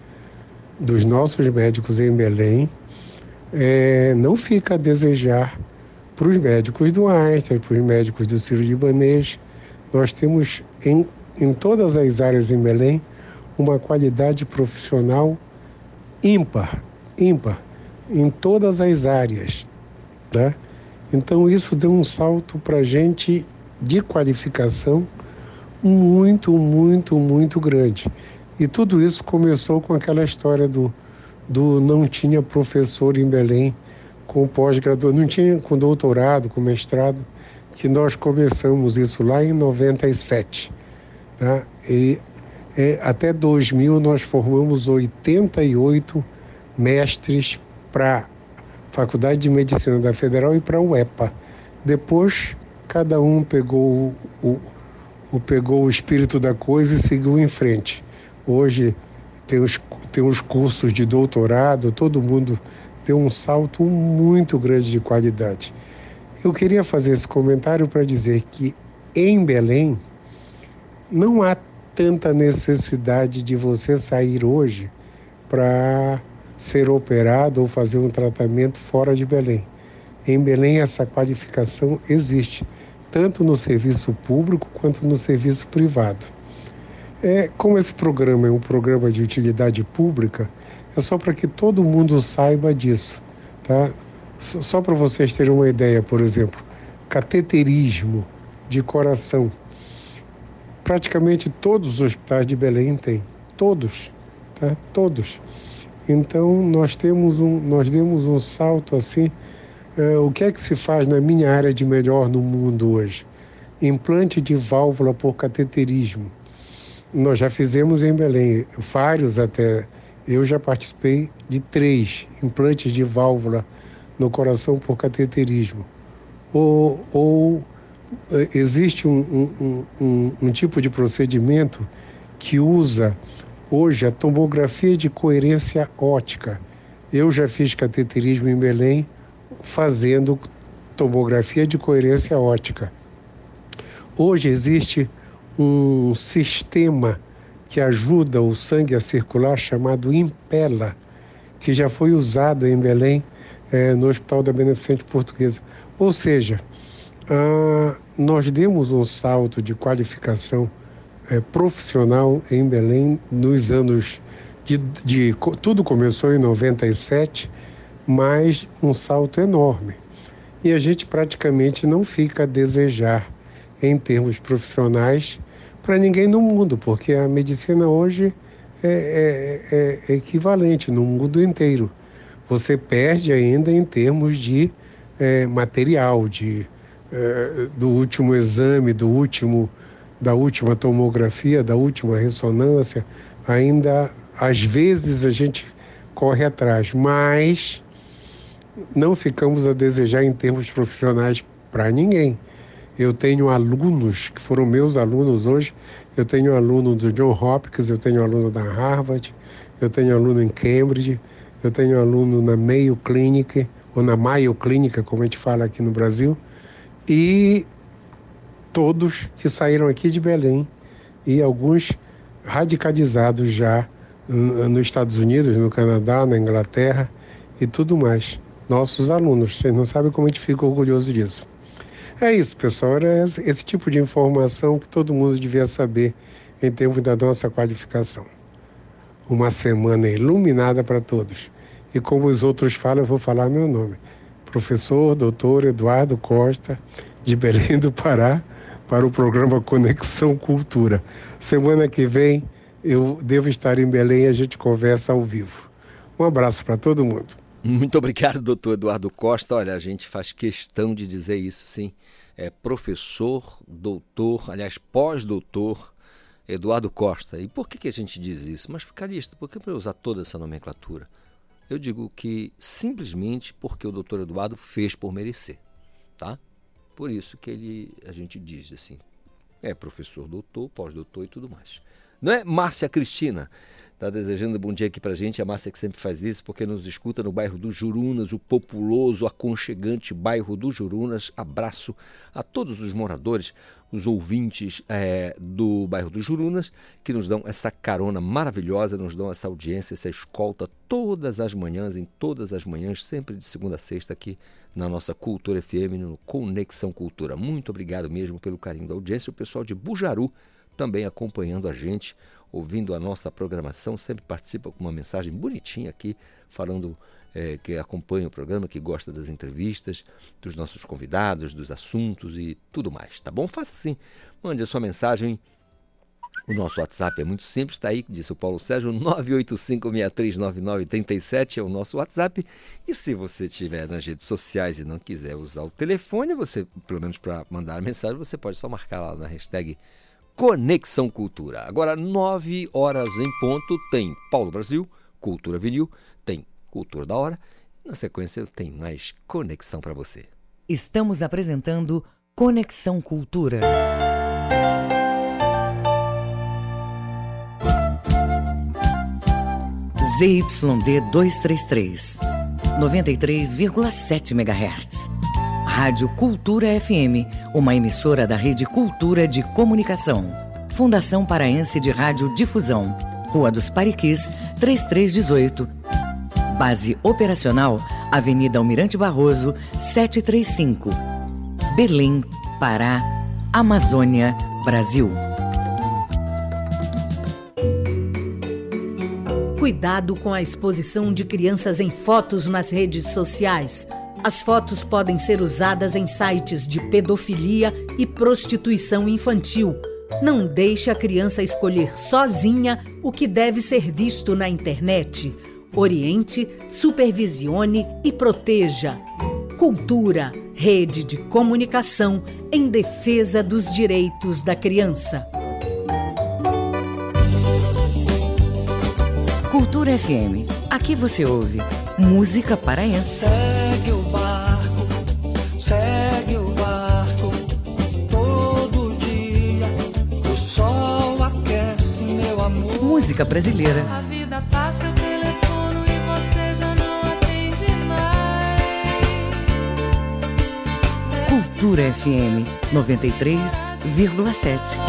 em Belém, não fica a desejar para os médicos do Einstein, para os médicos do Sírio-Libanês. Nós temos em todas as áreas em Belém uma qualidade profissional ímpar, em todas as áreas, tá? Então isso deu um salto para a gente de qualificação muito, muito, muito grande. E tudo isso começou com aquela história do não tinha professor em Belém com pós-graduação, não tinha com doutorado, com mestrado, que nós começamos isso lá em 97. Tá? E até 2000 nós formamos 88 mestres para a Faculdade de Medicina da Federal e para a UEPA. Depois, cada um pegou o espírito da coisa e seguiu em frente. Hoje tem os cursos de doutorado, todo mundo deu um salto muito grande de qualidade. Eu queria fazer esse comentário para dizer que em Belém não há tanta necessidade de você sair hoje para ser operado ou fazer um tratamento fora de Belém. Em Belém, essa qualificação existe, tanto no serviço público quanto no serviço privado. Como esse programa é um programa de utilidade pública, é só para que todo mundo saiba disso, tá? Só para vocês terem uma ideia, por exemplo, cateterismo de coração. Praticamente todos os hospitais de Belém têm, todos, tá? Todos. Então nós demos um salto assim. O que é que se faz na minha área de melhor no mundo hoje? Implante de válvula por cateterismo. Nós já fizemos em Belém, vários até. Eu já participei de 3 implantes de válvula no coração por cateterismo. Existe um tipo de procedimento que usa hoje a tomografia de coerência óptica. Eu já fiz cateterismo em Belém fazendo tomografia de coerência óptica. Hoje existe um sistema que ajuda o sangue a circular chamado Impela, que já foi usado em Belém no Hospital da Beneficente Portuguesa. Ou seja, nós demos um salto de qualificação profissional em Belém nos anos tudo começou em 97, mas um salto enorme. E a gente praticamente não fica a desejar em termos profissionais para ninguém no mundo, porque a medicina hoje é equivalente no mundo inteiro. Você perde ainda em termos de material, do último exame, da última tomografia, da última ressonância. Ainda, às vezes, a gente corre atrás, mas não ficamos a desejar em termos profissionais para ninguém. Eu tenho alunos que foram meus alunos hoje. Eu tenho aluno do John Hopkins, eu tenho aluno da Harvard, eu tenho aluno em Cambridge, eu tenho aluno na Mayo Clinic, ou na Mayo Clínica, como a gente fala aqui no Brasil, e todos que saíram aqui de Belém, e alguns radicalizados já nos Estados Unidos, no Canadá, na Inglaterra e tudo mais. Nossos alunos, vocês não sabem como a gente fica orgulhoso disso. É isso, pessoal, era esse tipo de informação que todo mundo devia saber em termos da nossa qualificação. Uma semana iluminada para todos. E como os outros falam, eu vou falar meu nome. Professor Dr. Eduardo Costa, de Belém do Pará, para o programa Conexão Cultura. Semana que vem eu devo estar em Belém e a gente conversa ao vivo. Um abraço para todo mundo. Muito obrigado, doutor Eduardo Costa. Olha, a gente faz questão de dizer isso, sim. É professor, doutor, aliás, pós-doutor Eduardo Costa. E por que a gente diz isso? Mas, Calixto, por que para usar toda essa nomenclatura? Eu digo que simplesmente porque o doutor Eduardo fez por merecer, tá? Por isso que a gente diz assim, professor, doutor, pós-doutor e tudo mais. Não é? Márcia Cristina está desejando bom dia aqui pra gente, a Márcia que sempre faz isso, porque nos escuta no bairro do Jurunas, o populoso, aconchegante bairro do Jurunas. Abraço a todos os moradores, os ouvintes do bairro do Jurunas, que nos dão essa carona maravilhosa, nos dão essa audiência, essa escolta todas as manhãs, sempre de segunda a sexta aqui na nossa Cultura FM, no Conexão Cultura. Muito obrigado mesmo pelo carinho da audiência. O pessoal de Bujaru também acompanhando a gente, ouvindo a nossa programação, sempre participa com uma mensagem bonitinha aqui, falando que acompanha o programa, que gosta das entrevistas, dos nossos convidados, dos assuntos e tudo mais, tá bom? Faça assim, mande a sua mensagem. O nosso WhatsApp é muito simples, está aí, disse o Paulo Sérgio, 985639937 é o nosso WhatsApp. E se você estiver nas redes sociais e não quiser usar o telefone, você, pelo menos para mandar mensagem, você pode só marcar lá na hashtag Conexão Cultura. Agora, 9 horas em ponto, tem Paulo Brasil, Cultura Vinil, tem Cultura da Hora. Na sequência, tem mais Conexão para você. Estamos apresentando Conexão Cultura. ZYD 233, 93,7 MHz. Rádio Cultura FM, uma emissora da Rede Cultura de Comunicação. Fundação Paraense de Rádio Difusão. Rua dos Pariquis, 3318. Base operacional, Avenida Almirante Barroso, 735. Belém, Pará, Amazônia, Brasil. Cuidado com a exposição de crianças em fotos nas redes sociais. As fotos podem ser usadas em sites de pedofilia e prostituição infantil. Não deixe a criança escolher sozinha o que deve ser visto na internet. Oriente, supervisione e proteja. Cultura, rede de comunicação em defesa dos direitos da criança. Cultura FM. Aqui você ouve música paraense. Segue o barco, todo dia o sol aquece meu amor. Música brasileira. A vida passa, eu telefono e você já não atende mais. Cultura FM 93,7.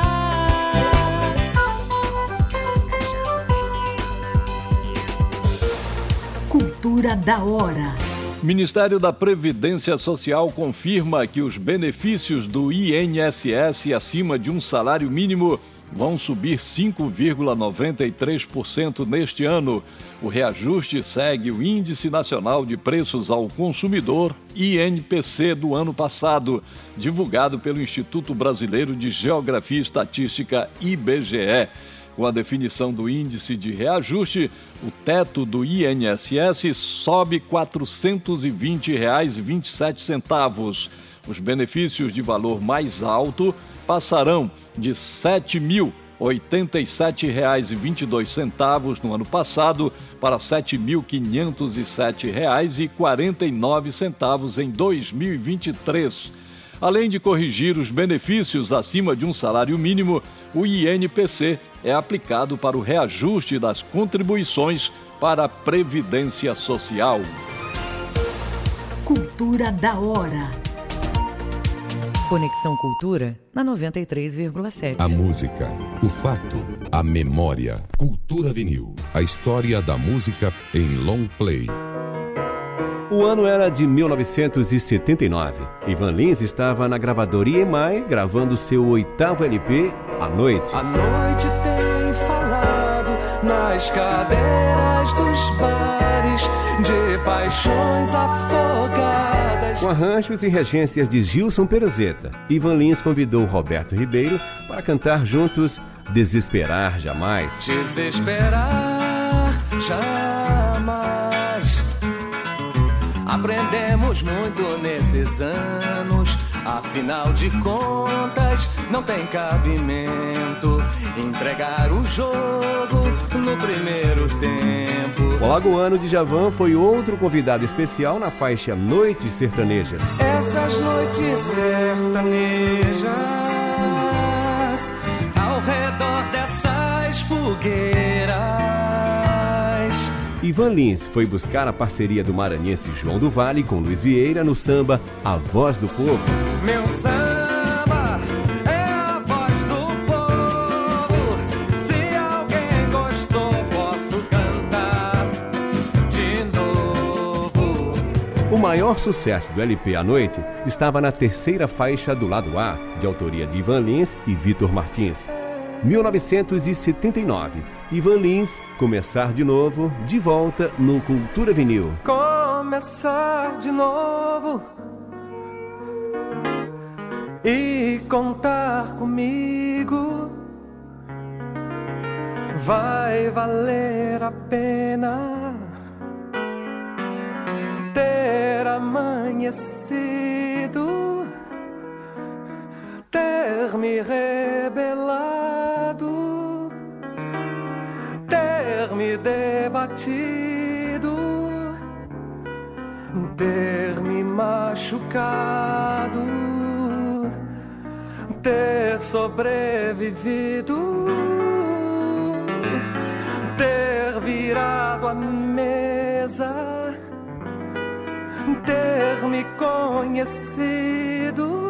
Cultura da hora. Ministério da Previdência Social confirma que os benefícios do INSS acima de um salário mínimo vão subir 5,93% neste ano. O reajuste segue o Índice Nacional de Preços ao Consumidor, INPC, do ano passado, divulgado pelo Instituto Brasileiro de Geografia e Estatística, IBGE. Com a definição do índice de reajuste, o teto do INSS sobe R$ 420,27. Os benefícios de valor mais alto passarão de R$ 7.087,22 no ano passado para R$ 7.507,49 em 2023. Além de corrigir os benefícios acima de um salário mínimo, o INPC é aplicado para o reajuste das contribuições para a Previdência Social. Cultura da hora. Conexão Cultura na 93,7. A música, o fato, a memória. Cultura Vinil. A história da música em long play. O ano era de 1979. Ivan Lins estava na gravadora EMI gravando seu 8º LP, A Noite. A noite tem falado nas cadeiras dos bares de paixões afogadas. Com arranjos e regências de Gilson Peruzeta, Ivan Lins convidou Roberto Ribeiro para cantar juntos Desesperar Jamais. Desesperar jamais. Aprendemos muito nesses anos, afinal de contas, não tem cabimento entregar o jogo no primeiro tempo. O Alagoano Djavan foi outro convidado especial na faixa Noites Sertanejas. Essas noites sertanejas, ao redor dessas fogueiras. Ivan Lins foi buscar a parceria do maranhense João do Vale com Luiz Vieira no samba A Voz do Povo. Meu samba é a voz do povo. Se alguém gostou, posso cantar de novo. O maior sucesso do LP A Noite estava na terceira faixa do lado A, de autoria de Ivan Lins e Vitor Martins. 1979. Ivan Lins, Começar de Novo, de volta no Cultura Vinil. Começar de novo e contar comigo vai valer a pena ter amanhecido, ter me rebelado, ter me debatido, ter me machucado, ter sobrevivido, ter virado a mesa, ter me conhecido,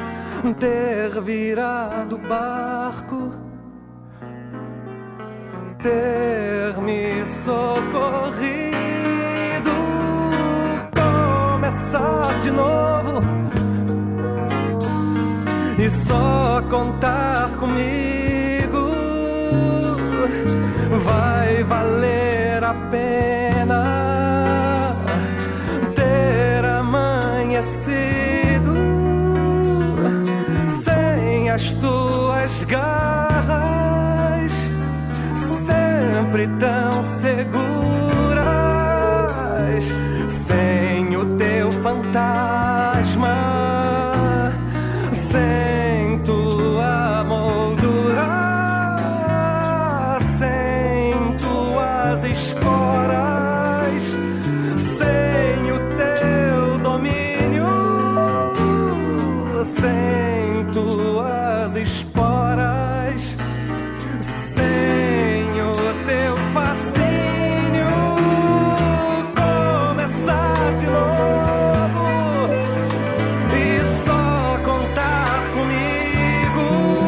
ter virado barco, ter me socorrido, começar de novo e só contar comigo vai valer a pena ter amanhecido sem as tuas garras, sempre tão seguras, sem o teu fantasma, sem tua moldura, sem tuas esporas, sem o teu domínio, sem tuas esporas, sem o teu fascínio, começar de novo e só contar comigo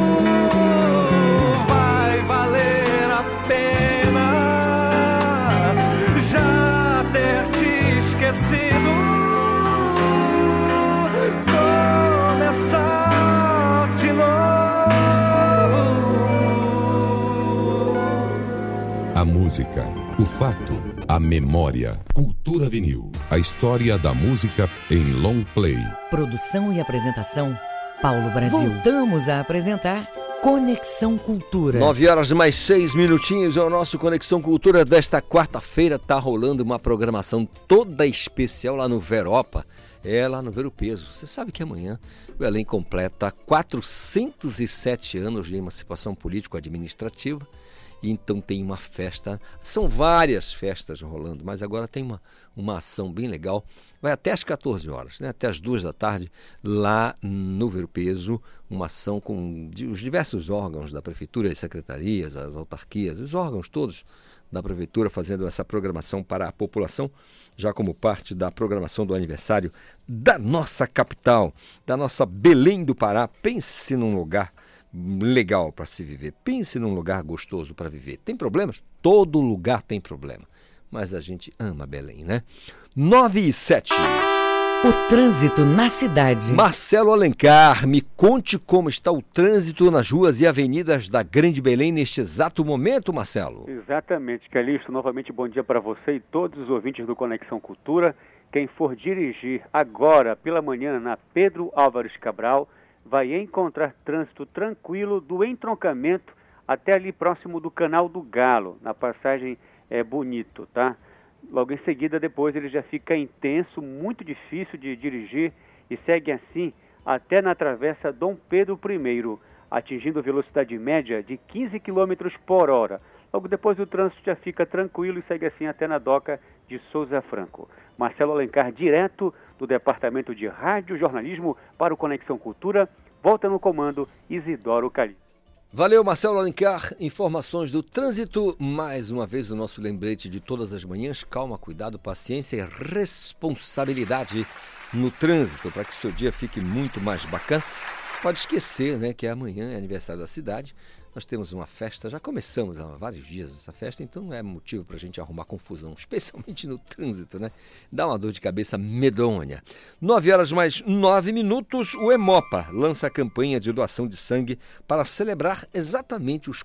vai valer a pena já ter te esquecido, começar de novo. A música, o fato, a memória. Cultura Vinil. A história da música em long play. Produção e apresentação, Paulo Brasil. Voltamos a apresentar Conexão Cultura. 9h mais 6 minutinhos é o nosso Conexão Cultura desta quarta-feira. Tá rolando uma programação toda especial lá no Veropa. Lá no Ver o Peso. Você sabe que amanhã o Belém completa 407 anos de emancipação político-administrativa. E então tem uma festa, são várias festas rolando, mas agora tem uma ação bem legal. Vai até às 14 horas, né? Até às 2 da tarde, lá no Ver o Peso, uma ação com os diversos órgãos da Prefeitura, as secretarias, as autarquias, os órgãos todos da Prefeitura fazendo essa programação para a população, já como parte da programação do aniversário da nossa capital, da nossa Belém do Pará. Pense num lugar legal para se viver, pense num lugar gostoso para viver. Tem problemas? Todo lugar tem problema, mas a gente ama Belém, né? 9h07. O trânsito na cidade. Marcelo Alencar, me conte como está o trânsito nas ruas e avenidas da Grande Belém neste exato momento, Marcelo. Exatamente, Calixto. Novamente bom dia para você e todos os ouvintes do Conexão Cultura. Quem for dirigir agora pela manhã na Pedro Álvares Cabral vai encontrar trânsito tranquilo do entroncamento até ali próximo do Canal do Galo, na passagem Bonito, tá? Logo em seguida, depois ele já fica intenso, muito difícil de dirigir e segue assim até na travessa Dom Pedro I, atingindo velocidade média de 15 km por hora. Logo depois o trânsito já fica tranquilo e segue assim até na doca de Souza Franco. Marcelo Alencar, direto do Departamento de Rádio Jornalismo para o Conexão Cultura, volta no comando Isidoro Cali. Valeu, Marcelo Alencar. Informações do trânsito. Mais uma vez o nosso lembrete de todas as manhãs. Calma, cuidado, paciência e responsabilidade no trânsito para que o seu dia fique muito mais bacana. Pode esquecer, né, que amanhã é aniversário da cidade. Nós temos uma festa, já começamos há vários dias essa festa, então não é motivo para a gente arrumar confusão, especialmente no trânsito, né? Dá uma dor de cabeça medonha. 9h mais 9 minutos, o Hemopa lança a campanha de doação de sangue para celebrar exatamente os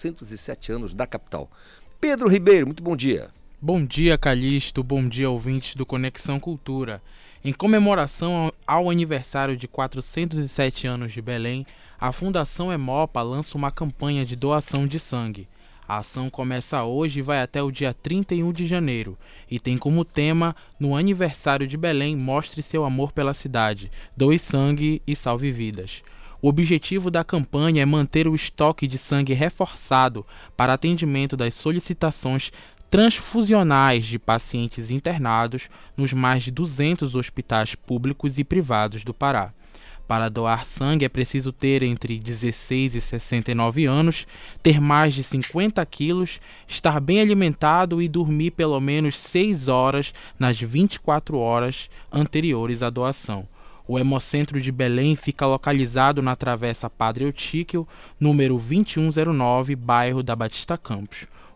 407 anos da capital. Pedro Ribeiro, muito bom dia. Bom dia, Calixto, bom dia, ouvintes do Conexão Cultura. Em comemoração ao aniversário de 407 anos de Belém, a Fundação Hemopa lança uma campanha de doação de sangue. A ação começa hoje e vai até o dia 31 de janeiro e tem como tema, no aniversário de Belém, mostre seu amor pela cidade, doe sangue e salve vidas. O objetivo da campanha é manter o estoque de sangue reforçado para atendimento das solicitações transfusionais de pacientes internados nos mais de 200 hospitais públicos e privados do Pará. Para doar sangue é preciso ter entre 16 e 69 anos, ter mais de 50 quilos, estar bem alimentado e dormir pelo menos 6 horas nas 24 horas anteriores à doação. O Hemocentro de Belém fica localizado na Travessa Padre Eutíquio, número 2109, bairro da Batista Campos.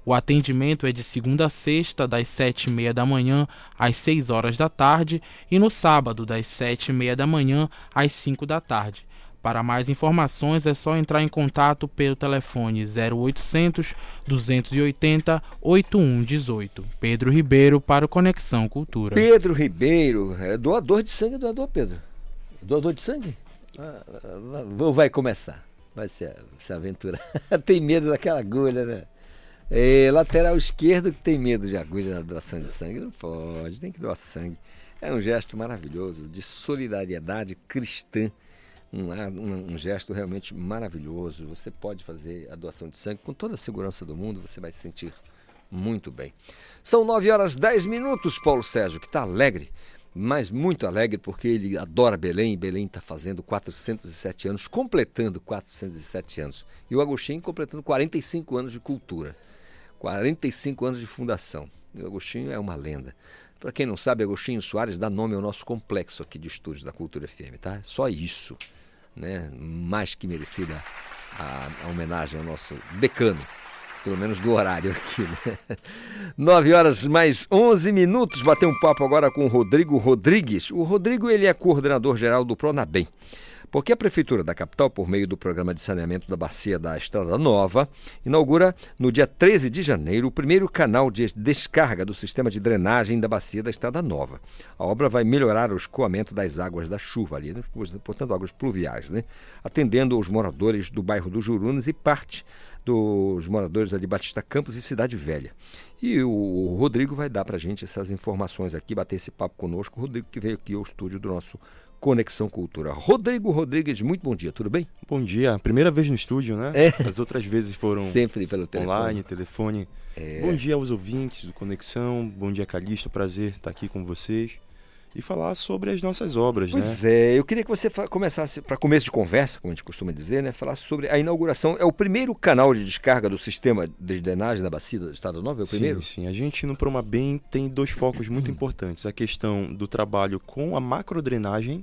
O atendimento é de segunda a sexta, das 7h30 da manhã às 6 horas da tarde e no sábado, das 7h30 da manhã às 5 da tarde. Para mais informações é só entrar em contato pelo telefone 0800 280 8118. Pedro Ribeiro para o Conexão Cultura. Pedro Ribeiro, é doador de sangue, Pedro? Doador de sangue? Vai começar, vai se aventurar. Tem medo daquela agulha, né? Lateral esquerdo que tem medo de agulha na doação de sangue, não pode, tem que doar sangue. É um gesto maravilhoso de solidariedade cristã. Um gesto realmente maravilhoso. Você pode fazer a doação de sangue com toda a segurança do mundo, você vai se sentir muito bem. São 9h10, Paulo Sérgio, que está alegre, mas muito alegre porque ele adora Belém, e Belém está fazendo 407 anos, completando 407 anos. E o Agostinho completando 45 anos de cultura, 45 anos de fundação. E o Agostinho é uma lenda. Para quem não sabe, Agostinho Soares dá nome ao nosso complexo aqui de estúdios da Cultura FM, tá? Só isso, né? Mais que merecida a homenagem ao nosso decano, pelo menos do horário aqui, né? 9h11, bater um papo agora com o Rodrigo Rodrigues. O Rodrigo, ele é coordenador geral do Pronabem, porque a Prefeitura da capital, por meio do Programa de Saneamento da Bacia da Estrada Nova, inaugura no dia 13 de janeiro o primeiro canal de descarga do sistema de drenagem da Bacia da Estrada Nova. A obra vai melhorar o escoamento das águas da chuva ali, né? Portanto, águas pluviais, né? Atendendo os moradores do bairro do Jurunas e parte dos moradores ali de Batista Campos e Cidade Velha. E o Rodrigo vai dar para a gente essas informações aqui, bater esse papo conosco. O Rodrigo que veio aqui ao estúdio do nosso Conexão Cultura. Rodrigo Rodrigues, muito bom dia, tudo bem? Bom dia, primeira vez no estúdio, né? As outras vezes foram sempre pelo online, telefone. Bom dia aos ouvintes do Conexão, bom dia Calixto, prazer estar aqui com vocês e falar sobre as nossas obras, Pois né? Eu queria que você começasse, para começo de conversa, como a gente costuma dizer, né? Falasse sobre a inauguração. É o primeiro canal de descarga do sistema de drenagem da Bacia do Estado Novo? É o primeiro? Sim. A gente no Promabem tem dois focos muito importantes. A questão do trabalho com a macrodrenagem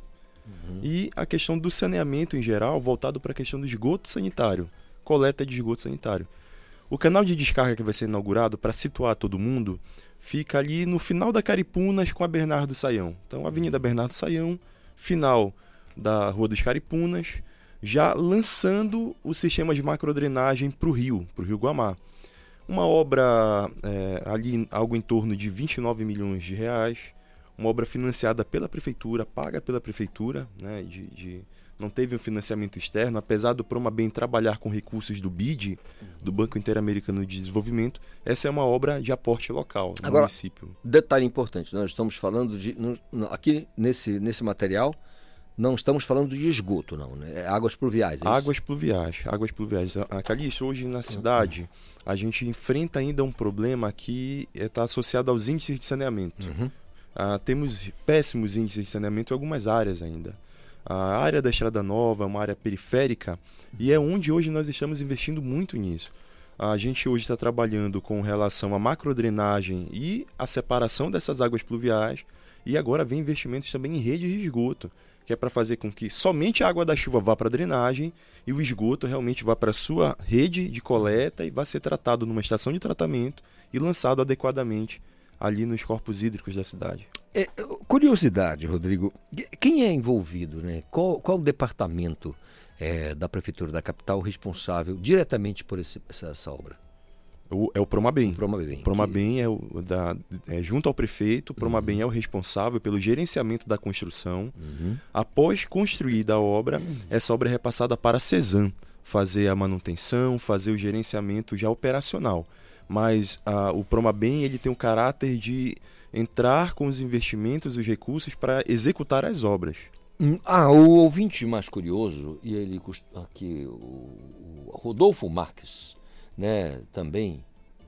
e a questão do saneamento em geral, voltado para a questão do esgoto sanitário, coleta de esgoto sanitário. O canal de descarga que vai ser inaugurado, para situar todo mundo, fica ali no final da Caripunas com a Bernardo Saião. Então, Avenida Bernardo Saião, final da Rua dos Caripunas, já lançando o sistema de macrodrenagem para o Rio Guamá. Uma obra ali, algo em torno de 29 milhões de reais, uma obra financiada pela Prefeitura, paga pela Prefeitura, né, não teve um financiamento externo, apesar do Promabem trabalhar com recursos do BID, do Banco Interamericano de Desenvolvimento. Essa é uma obra de aporte local no município. Detalhe importante, nós estamos falando aqui nesse material, não estamos falando de esgoto, não, né? É águas pluviais. Águas pluviais. Calixto, hoje na cidade, a gente enfrenta ainda um problema que está associado aos índices de saneamento. Temos péssimos índices de saneamento em algumas áreas ainda. A área da Estrada Nova é uma área periférica e é onde hoje nós estamos investindo muito nisso. A gente hoje está trabalhando com relação à macrodrenagem e a separação dessas águas pluviais, e agora vem investimentos também em redes de esgoto, que é para fazer com que somente a água da chuva vá para a drenagem e o esgoto realmente vá para a sua rede de coleta e vá ser tratado numa estação de tratamento e lançado adequadamente ali nos corpos hídricos da cidade. Curiosidade, Rodrigo, quem é envolvido, né? Qual o departamento da Prefeitura da capital responsável diretamente por essa obra? É o Promabem. O Promabem é junto ao prefeito. O Promabem é o responsável pelo gerenciamento da construção. Após construída a obra, essa obra é repassada para a CESAM fazer a manutenção, fazer o gerenciamento já operacional. Mas o Promabem, ele tem o caráter de entrar com os investimentos, os recursos para executar as obras. O ouvinte mais curioso, e ele aqui, o Rodolfo Marques, né, também,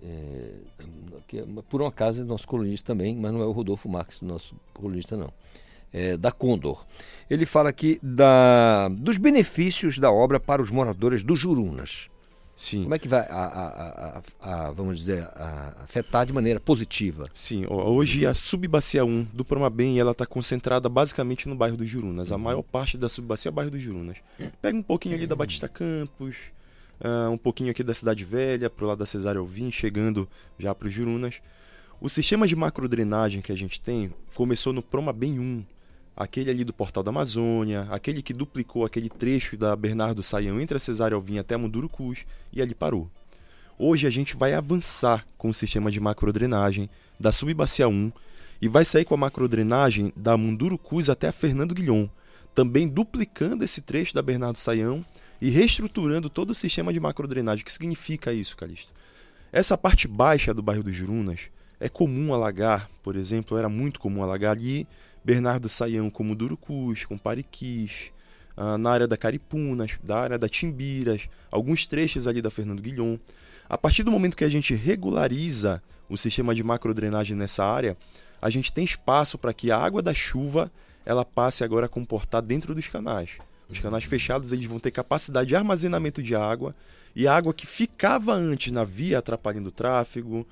por um acaso é nosso colunista também, mas não é o Rodolfo Marques, nosso colunista não, da Condor. Ele fala aqui dos benefícios da obra para os moradores do Jurunas. Sim. Como é que vai, vamos dizer, afetar de maneira positiva? Sim, hoje a subbacia 1 do Promabem, ela está concentrada basicamente no bairro do Jurunas. A maior parte da subbacia é o bairro do Jurunas. Pega um pouquinho ali da Batista Campos, um pouquinho aqui da Cidade Velha, pro lado da Cesário Alvim, chegando já para os Jurunas. O sistema de macrodrenagem que a gente tem começou no Promabem 1, aquele ali do Portal da Amazônia, aquele que duplicou aquele trecho da Bernardo Saião entre a Cesário Alvim até a Mundurucus, e ali parou. Hoje a gente vai avançar com o sistema de macrodrenagem da Subbacia 1 e vai sair com a macrodrenagem da Mundurucus até a Fernando Guilhom, também duplicando esse trecho da Bernardo Saião e reestruturando todo o sistema de macrodrenagem. O que significa isso, Calixto? Essa parte baixa do bairro dos Jurunas é comum alagar, por exemplo, era muito comum alagar ali Bernardo Saião com Mundurucus, com Pariquis, na área da Caripunas, da área da Timbiras, alguns trechos ali da Fernando Guilhom. A partir do momento que a gente regulariza o sistema de macrodrenagem nessa área, a gente tem espaço para que a água da chuva ela passe agora a comportar dentro dos canais. Os canais fechados eles vão ter capacidade de armazenamento de água, e a água que ficava antes na via atrapalhando o tráfego,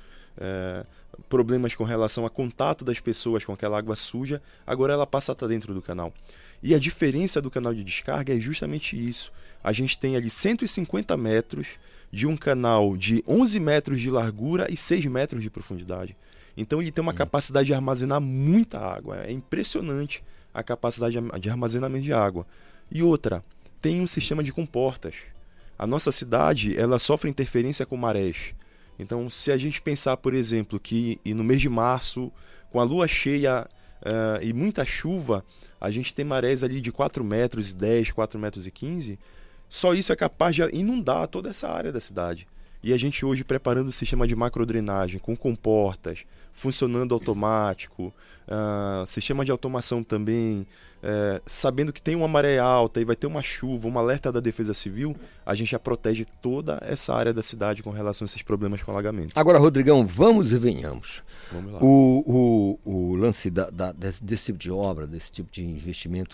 problemas com relação a contato das pessoas com aquela água suja, agora ela passa a estar dentro do canal. E a diferença do canal de descarga é justamente isso. A gente tem ali 150 metros de um canal de 11 metros de largura e 6 metros de profundidade. Então ele tem uma capacidade de armazenar muita água. É impressionante a capacidade de armazenamento de água. E outra, tem um sistema de comportas. A nossa cidade ela sofre interferência com marés. Então, se a gente pensar, por exemplo, que no mês de março, com a lua cheia e muita chuva, a gente tem marés ali de 4 metros e 10, 4 metros e 15, só isso é capaz de inundar toda essa área da cidade. E a gente hoje preparando o sistema de macrodrenagem, com comportas, funcionando automático, sistema de automação também, sabendo que tem uma maré alta e vai ter uma chuva, um alerta da Defesa Civil, a gente já protege toda essa área da cidade com relação a esses problemas com alagamento. Agora, Rodrigão, vamos e venhamos. Vamos lá. O lance desse tipo de obra, desse tipo de investimento,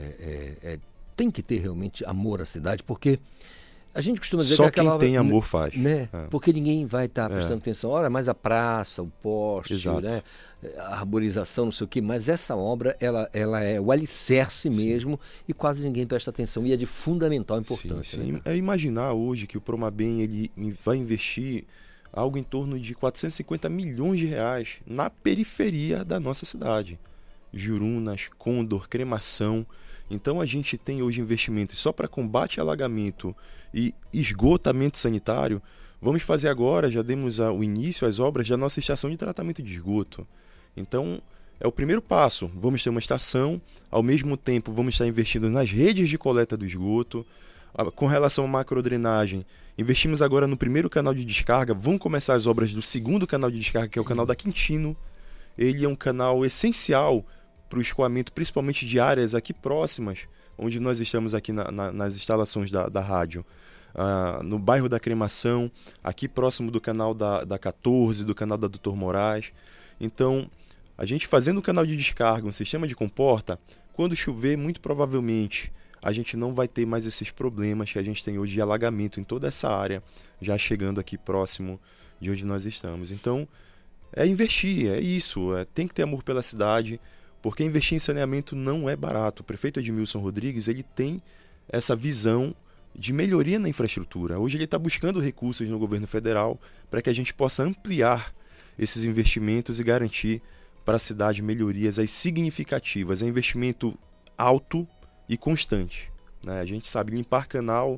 tem que ter realmente amor à cidade, porque a gente costuma dizer só que aquela quem obra, tem amor faz. Né? Porque ninguém vai estar prestando atenção. Olha, mas a praça, o poste, né? A arborização, não sei o quê. Mas essa obra, ela é o alicerce mesmo e quase ninguém presta atenção. E é de fundamental importância. Sim. Né? É imaginar hoje que o Promabem ele vai investir algo em torno de 450 milhões de reais na periferia da nossa cidade. Jurunas, Condor, Cremação. Então a gente tem hoje investimentos só para combate a alagamento e esgotamento sanitário. Vamos fazer agora, já demos o início às obras da nossa estação de tratamento de esgoto. Então é o primeiro passo. Vamos ter uma estação, ao mesmo tempo vamos estar investindo nas redes de coleta do esgoto. Com relação à macrodrenagem, investimos agora no primeiro canal de descarga. Vão começar as obras do segundo canal de descarga, que é o canal da Quintino. Ele é um canal essencial para o escoamento, principalmente de áreas aqui próximas, onde nós estamos aqui nas instalações da rádio, no bairro da Cremação, aqui próximo do canal da 14, do canal da Doutor Moraes. Então, a gente fazendo o canal de descarga, um sistema de comporta, quando chover, muito provavelmente, a gente não vai ter mais esses problemas que a gente tem hoje de alagamento em toda essa área, já chegando aqui próximo de onde nós estamos. Então, é investir, é isso, tem que ter amor pela cidade, porque investir em saneamento não é barato. O prefeito Edmilson Rodrigues ele tem essa visão de melhoria na infraestrutura. Hoje ele está buscando recursos no governo federal para que a gente possa ampliar esses investimentos e garantir para a cidade melhorias significativas. É investimento alto e constante. Né? A gente sabe limpar canal,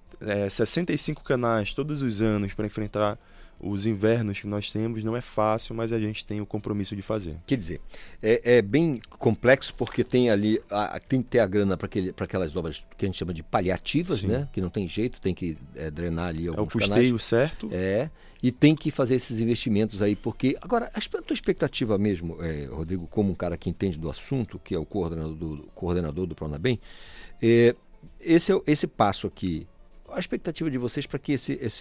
65 canais todos os anos para enfrentar os invernos que nós temos não é fácil, mas a gente tem o compromisso de fazer. Quer dizer, é bem complexo porque tem ali, tem que ter a grana para aquelas obras que a gente chama de paliativas, né? Que não tem jeito, tem que drenar ali alguns canais. É o custeio certo. E tem que fazer esses investimentos aí, porque... Agora, a tua expectativa mesmo, Rodrigo, como um cara que entende do assunto, que é o coordenador do Pronabem, esse passo aqui, a expectativa de vocês para que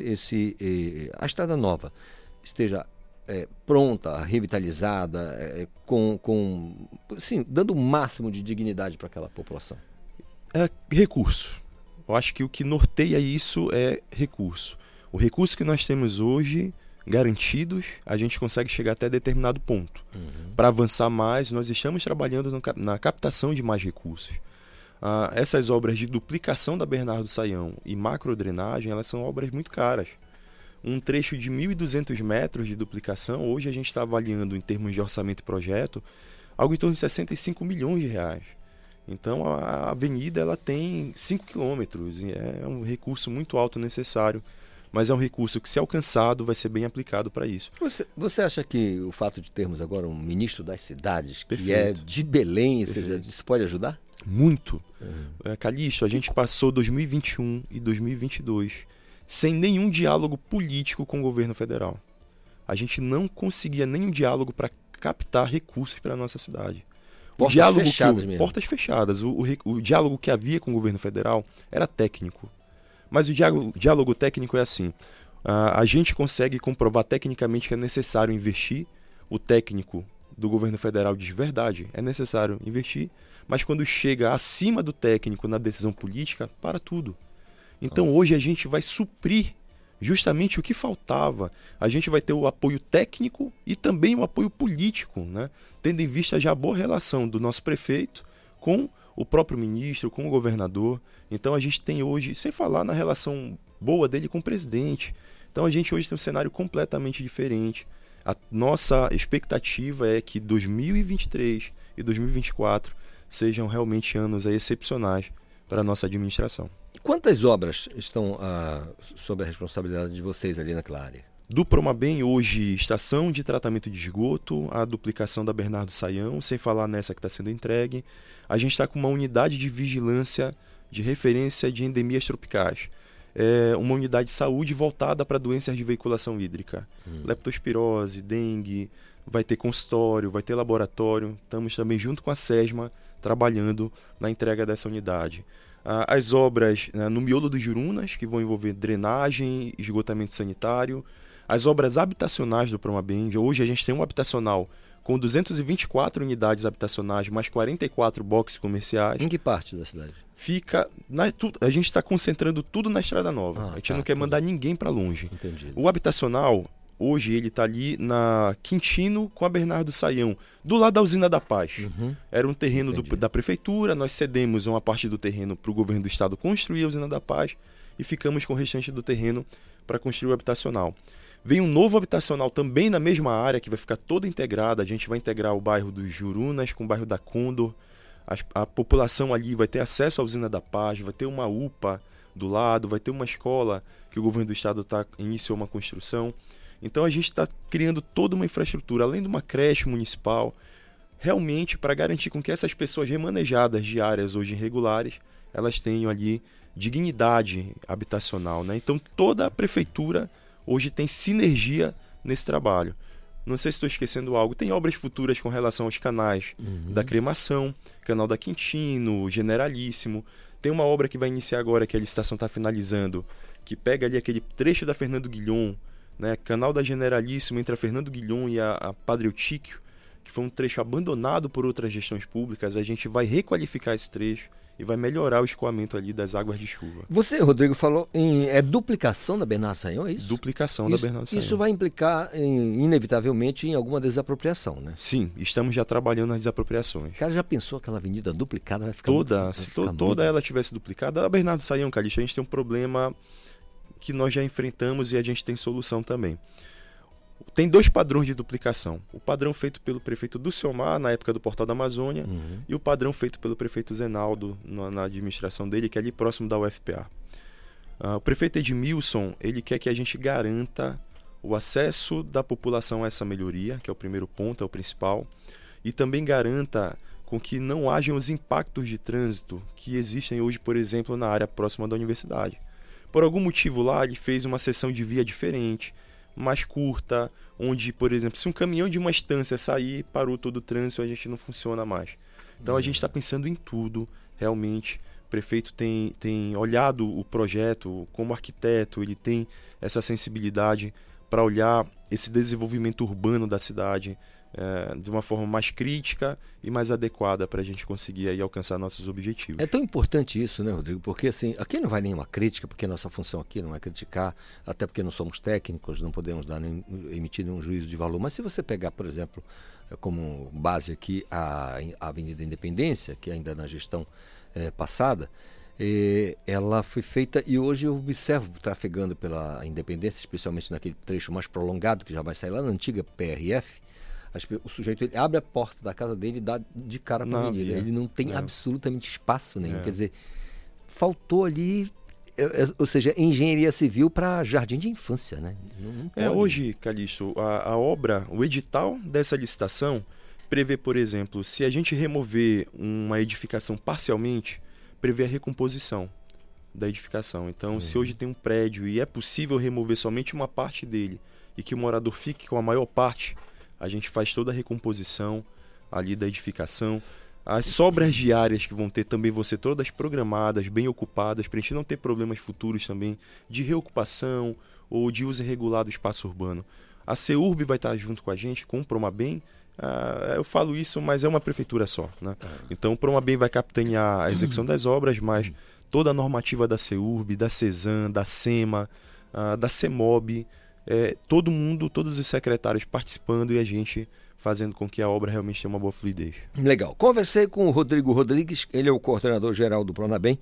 a Estrada Nova esteja pronta, revitalizada, assim, dando o máximo de dignidade para aquela população? Recurso. Eu acho que o que norteia isso é recurso. O recurso que nós temos hoje, garantidos, a gente consegue chegar até determinado ponto. Para avançar mais, nós estamos trabalhando na captação de mais recursos. Essas obras de duplicação da Bernardo Saião e macrodrenagem, elas são obras muito caras. Um trecho de 1.200 metros de duplicação, hoje a gente está avaliando em termos de orçamento e projeto, algo em torno de 65 milhões de reais. Então a avenida ela tem 5 quilômetros, é um recurso muito alto necessário, mas é um recurso que, se alcançado, vai ser bem aplicado para isso. Você acha que o fato de termos agora um ministro das cidades, que é de Belém, seja, isso pode ajudar? Muito. Calixto, a gente passou 2021 e 2022 sem nenhum diálogo político com o governo federal. A gente não conseguia nenhum diálogo para captar recursos para a nossa cidade. Portas fechadas. O diálogo que havia com o governo federal era técnico. Mas o diálogo técnico é assim. A gente consegue comprovar tecnicamente que é necessário investir. O técnico do governo federal diz verdade, é necessário investir. Mas quando chega acima do técnico na decisão política, para tudo. Então hoje a gente vai suprir justamente o que faltava. A gente vai ter o apoio técnico e também o apoio político, né? Tendo em vista já a boa relação do nosso prefeito com o próprio ministro, com o governador. Então a gente tem hoje, sem falar na relação boa dele com o presidente. Então a gente hoje tem um cenário completamente diferente. A nossa expectativa é que 2023 e 2024 sejam realmente anos aí excepcionais para a nossa administração. Quantas obras estão sob a responsabilidade de vocês ali naquela área? Do Promabem, hoje, estação de tratamento de esgoto, a duplicação da Bernardo Saião, sem falar nessa que está sendo entregue. A gente está com uma unidade de vigilância de referência de endemias tropicais. Uma unidade de saúde voltada para doenças de veiculação hídrica. Leptospirose, dengue, vai ter consultório, vai ter laboratório. Estamos também junto com a SESMA trabalhando na entrega dessa unidade. As obras no miolo dos Jurunas, que vão envolver drenagem, esgotamento sanitário. As obras habitacionais do Promabem. Hoje a gente tem um habitacional com 224 unidades habitacionais, mais 44 boxes comerciais. Em que parte da cidade? A gente está concentrando tudo na Estrada Nova. A gente não quer mandar ninguém para longe. Entendi. O habitacional, hoje, ele está ali na Quintino com a Bernardo Saião, do lado da Usina da Paz. Era um terreno da prefeitura, nós cedemos uma parte do terreno para o governo do estado construir a Usina da Paz e ficamos com o restante do terreno para construir o habitacional. Vem um novo habitacional também na mesma área, que vai ficar toda integrada. A gente vai integrar o bairro dos Jurunas com o bairro da Condor. A população ali vai ter acesso à Usina da Paz, vai ter uma UPA do lado, vai ter uma escola que o governo do estado iniciou uma construção. Então a gente está criando toda uma infraestrutura, além de uma creche municipal, realmente para garantir com que essas pessoas remanejadas de áreas hoje irregulares, elas tenham ali dignidade habitacional, né? Então toda a prefeitura hoje tem sinergia nesse trabalho. Não sei se estou esquecendo algo. Tem obras futuras com relação aos canais da Cremação, Canal da Quintino, Generalíssimo. Tem uma obra que vai iniciar agora, que a licitação está finalizando, que pega ali aquele trecho da Fernando Guilhom, né? Canal da Generalíssimo entre a Fernando Guilhom e a Padre Eutíquio, que foi um trecho abandonado por outras gestões públicas. A gente vai requalificar esse trecho e vai melhorar o escoamento ali das águas de chuva. Você, Rodrigo, falou em duplicação da Bernardo Saião, é isso? Duplicação da Bernardo Saião. Isso vai implicar, inevitavelmente, em alguma desapropriação, né? Sim, estamos já trabalhando nas desapropriações. O cara já pensou aquela avenida duplicada vai ficar Se toda ela tivesse duplicada, a Bernardo Saião, Calixto, a gente tem um problema que nós já enfrentamos e a gente tem solução também. Tem dois padrões de duplicação. O padrão feito pelo prefeito Dulciomar, na época do Portal da Amazônia, e o padrão feito pelo prefeito Zenaldo, na administração dele, que é ali próximo da UFPA. O prefeito Edmilson, ele quer que a gente garanta o acesso da população a essa melhoria, que é o primeiro ponto, é o principal, e também garanta com que não hajam os impactos de trânsito que existem hoje, por exemplo, na área próxima da universidade. Por algum motivo lá, ele fez uma seção de via diferente, mais curta, onde, por exemplo, se um caminhão de uma estância sair, parou todo o trânsito, a gente não funciona mais. Então a gente está pensando em tudo, realmente. O prefeito tem olhado o projeto como arquiteto, ele tem essa sensibilidade para olhar esse desenvolvimento urbano da cidade, de uma forma mais crítica e mais adequada para a gente conseguir aí alcançar nossos objetivos. É tão importante isso, né, Rodrigo? Porque assim, aqui não vai nenhuma crítica, porque a nossa função aqui não é criticar, até porque não somos técnicos, não podemos emitir nenhum juízo de valor. Mas se você pegar, por exemplo, como base aqui a Avenida Independência, que ainda na gestão passada, ela foi feita, e hoje eu observo trafegando pela Independência, especialmente naquele trecho mais prolongado, que já vai sair lá na antiga PRF, o sujeito ele abre a porta da casa dele e dá de cara para a avenida. Ele não tem absolutamente espaço nenhum. Quer dizer, faltou ali, ou seja, engenharia civil para jardim de infância, né? Não hoje, Calixto, a obra, o edital dessa licitação prevê, por exemplo, se a gente remover uma edificação parcialmente, prevê a recomposição da edificação. Então, se hoje tem um prédio e é possível remover somente uma parte dele e que o morador fique com a maior parte, a gente faz toda a recomposição ali da edificação. As sobras diárias que vão ter também vão ser todas programadas, bem ocupadas, para a gente não ter problemas futuros também de reocupação ou de uso irregular do espaço urbano. A CEURB vai estar junto com a gente, com o Promabem. Eu falo isso, mas é uma prefeitura só, né? Então o Promabem vai capitanear a execução das obras, mas toda a normativa da CEURB, da CESAM, da SEMA, da CEMOB, todo mundo, todos os secretários participando e a gente fazendo com que a obra realmente tenha uma boa fluidez. Legal. Conversei com o Rodrigo Rodrigues, ele é o coordenador geral do Pronabem.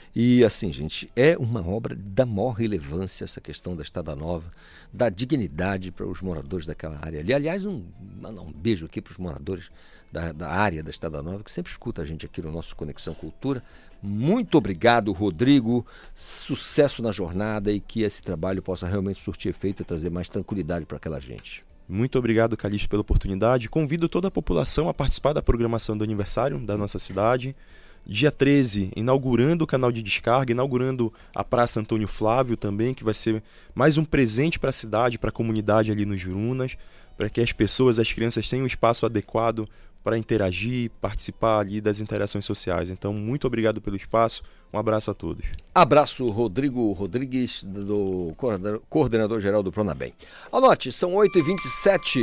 E assim, gente, é uma obra da maior relevância essa questão da Estrada Nova, da dignidade para os moradores daquela área ali. Aliás, um beijo aqui para os moradores da área da Estrada Nova, que sempre escuta a gente aqui no nosso Conexão Cultura. Muito obrigado, Rodrigo. Sucesso na jornada e que esse trabalho possa realmente surtir efeito e trazer mais tranquilidade para aquela gente. Muito obrigado, Calixto, pela oportunidade. Convido toda a população a participar da programação do aniversário da nossa cidade. Dia 13, inaugurando o canal de descarga, inaugurando a Praça Antônio Flávio também, que vai ser mais um presente para a cidade, para a comunidade ali nos Jurunas, para que as pessoas, as crianças tenham um espaço adequado para interagir, participar ali das interações sociais. Então, muito obrigado pelo espaço, um abraço a todos. Abraço, Rodrigo Rodrigues, do coordenador-geral do Pronabem. Anote, são 8h27.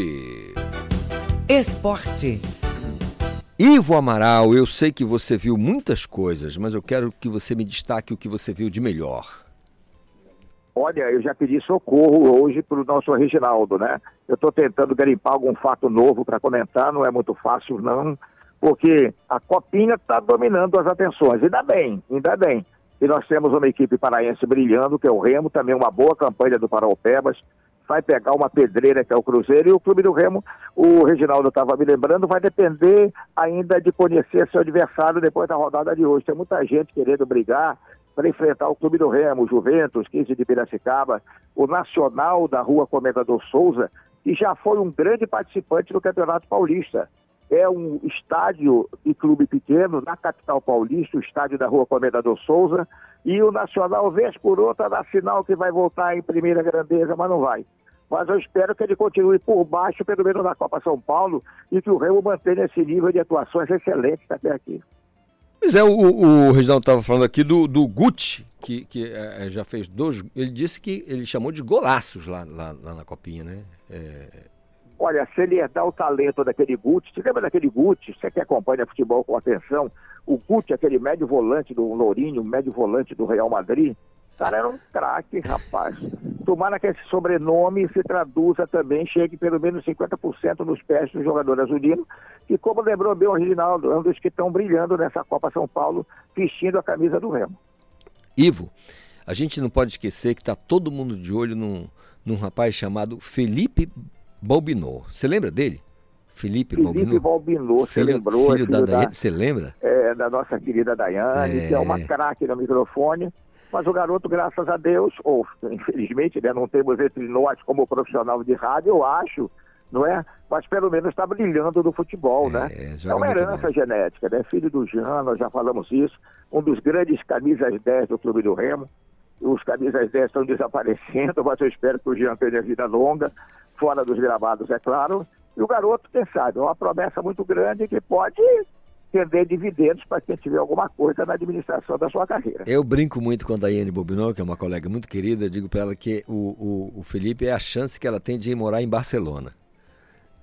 Esporte. Ivo Amaral, eu sei que você viu muitas coisas, mas eu quero que você me destaque o que você viu de melhor. Olha, eu já pedi socorro hoje para o nosso Reginaldo, né? Eu estou tentando garimpar algum fato novo para comentar, não é muito fácil não, porque a Copinha está dominando as atenções, ainda bem. E nós temos uma equipe paraense brilhando, que é o Remo, também uma boa campanha do Paraupebas, vai pegar uma pedreira que é o Cruzeiro, e o Clube do Remo, o Reginaldo estava me lembrando, vai depender ainda de conhecer seu adversário depois da rodada de hoje. Tem muita gente querendo brigar para enfrentar o Clube do Remo, o Juventus, 15 de Piracicaba, o Nacional da Rua Comendador Souza, que já foi um grande participante do Campeonato Paulista. É um estádio de clube pequeno na capital paulista, o estádio da Rua Comendador Souza, e o Nacional, vez por outra, dá sinal que vai voltar em primeira grandeza, mas não vai. Mas eu espero que ele continue por baixo, pelo menos na Copa São Paulo, e que o Remo mantenha esse nível de atuações excelentes até aqui. Pois é, o Reginaldo estava falando aqui do Guti, que já fez 2, ele disse que ele chamou de golaços lá na Copinha, né? Olha, se ele herdar o talento daquele Guti, você lembra daquele Guti, você que acompanha futebol com atenção, o Guti, aquele médio volante do Lourinho, médio volante do Real Madrid, cara, era um craque, rapaz. Tomara que esse sobrenome se traduza também, chegue pelo menos 50% nos pés do jogador azulino, que, como lembrou bem o Reginaldo, é um dos que estão brilhando nessa Copa São Paulo, vestindo a camisa do Remo. Ivo, a gente não pode esquecer que está todo mundo de olho num rapaz chamado Felipe Balbinot. Você lembra dele? Felipe Balbinot, você lembrou? Filho da Daiane, você lembra? Da nossa querida Daiane, que é uma craque no microfone. Mas o garoto, graças a Deus, ou infelizmente, né, não temos entre nós como profissional de rádio, eu acho, não é? Mas pelo menos está brilhando no futebol, né? É uma herança genética, né? Filho do Jean, nós já falamos isso, um dos grandes camisas 10 do Clube do Remo. Os camisas 10 estão desaparecendo, mas eu espero que o Jean tenha vida longa, fora dos gravados, é claro. E o garoto, quem sabe, é uma promessa muito grande que pode render dividendos para quem tiver alguma coisa na administração da sua carreira. Eu brinco muito com a Daiane Balbinot, que é uma colega muito querida, eu digo para ela que o Felipe é a chance que ela tem de ir morar em Barcelona.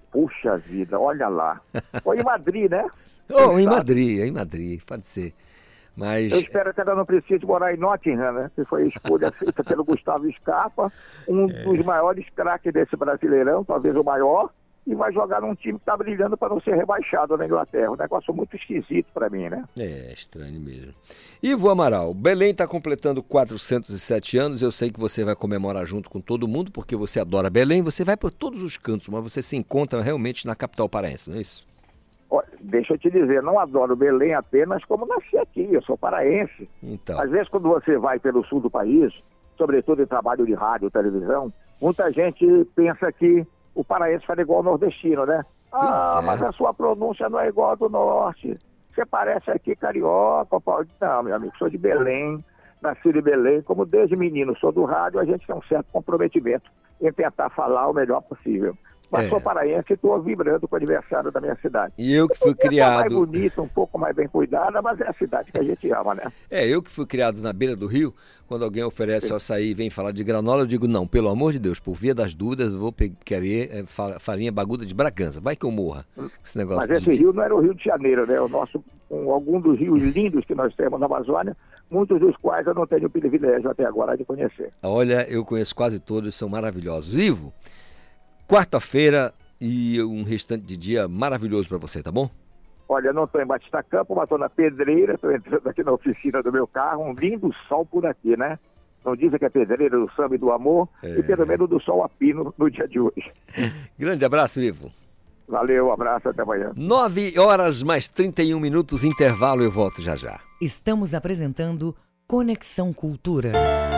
Puxa vida, olha lá. Foi em Madrid, né? Em Madrid, pode ser. Mas... Eu espero que ela não precise morar em Nottingham, né? Que foi a escolha feita pelo Gustavo Scarpa, um dos maiores craques desse Brasileirão, talvez o maior, e vai jogar num time que está brilhando para não ser rebaixado na Inglaterra. Um negócio muito esquisito para mim, né? É, estranho mesmo. Ivo Amaral, Belém está completando 407 anos, eu sei que você vai comemorar junto com todo mundo, porque você adora Belém, você vai por todos os cantos, mas você se encontra realmente na capital paraense, não é isso? Olha, deixa eu te dizer, não adoro Belém apenas como nasci aqui, eu sou paraense. Então. Às vezes quando você vai pelo sul do país, sobretudo em trabalho de rádio e televisão, muita gente pensa que o paraense fala igual ao nordestino, né? Mas a sua pronúncia não é igual ao do norte. Você parece aqui carioca. Não, meu amigo, sou de Belém, nasci em Belém. Como desde menino sou do rádio, a gente tem um certo comprometimento em tentar falar o melhor possível. Mas sou paraense e estou vibrando com o aniversário da minha cidade. E eu que fui criado... mais bonita, um pouco mais bem cuidada, mas é a cidade que a gente ama, né? Eu que fui criado na beira do rio, quando alguém oferece o açaí e vem falar de granola, eu digo, não, pelo amor de Deus, por via das dúvidas, eu vou querer farinha baguda de Bragança. Vai que eu morra. Esse negócio mas esse rio não era o Rio de Janeiro, né? O nosso, algum dos rios lindos que nós temos na Amazônia, muitos dos quais eu não tenho o privilégio até agora de conhecer. Olha, eu conheço quase todos, são maravilhosos. Ivo, quarta-feira e um restante de dia maravilhoso para você, tá bom? Olha, eu não estou em Batista Campo, mas estou na Pedreira, estou entrando aqui na oficina do meu carro, um lindo sol por aqui, né? Não dizem que é Pedreira do samba e do amor, e pelo menos do sol a pino no dia de hoje. Grande abraço, Ivo. Valeu, um abraço, até amanhã. 9h mais 31 minutos, intervalo, eu volto já já. Estamos apresentando Conexão Cultura.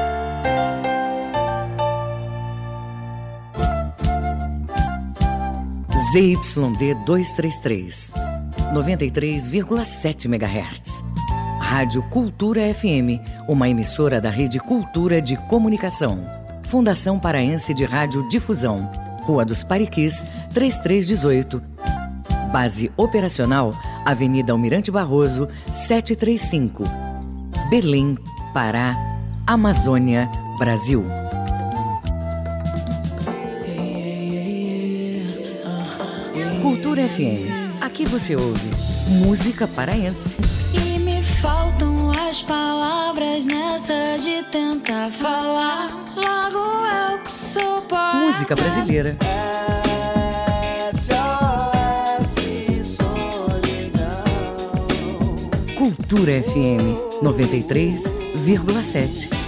ZYD 233, 93,7 MHz. Rádio Cultura FM, uma emissora da Rede Cultura de Comunicação. Fundação Paraense de Rádio Difusão, Rua dos Pariquis, 3318. Base operacional, Avenida Almirante Barroso, 735. Belém, Pará, Amazônia, Brasil. Cultura FM. Aqui você ouve música paraense. E me faltam as palavras nessa de tentar falar. Logo eu que sou poeta. Música brasileira. Cultura FM 93,7.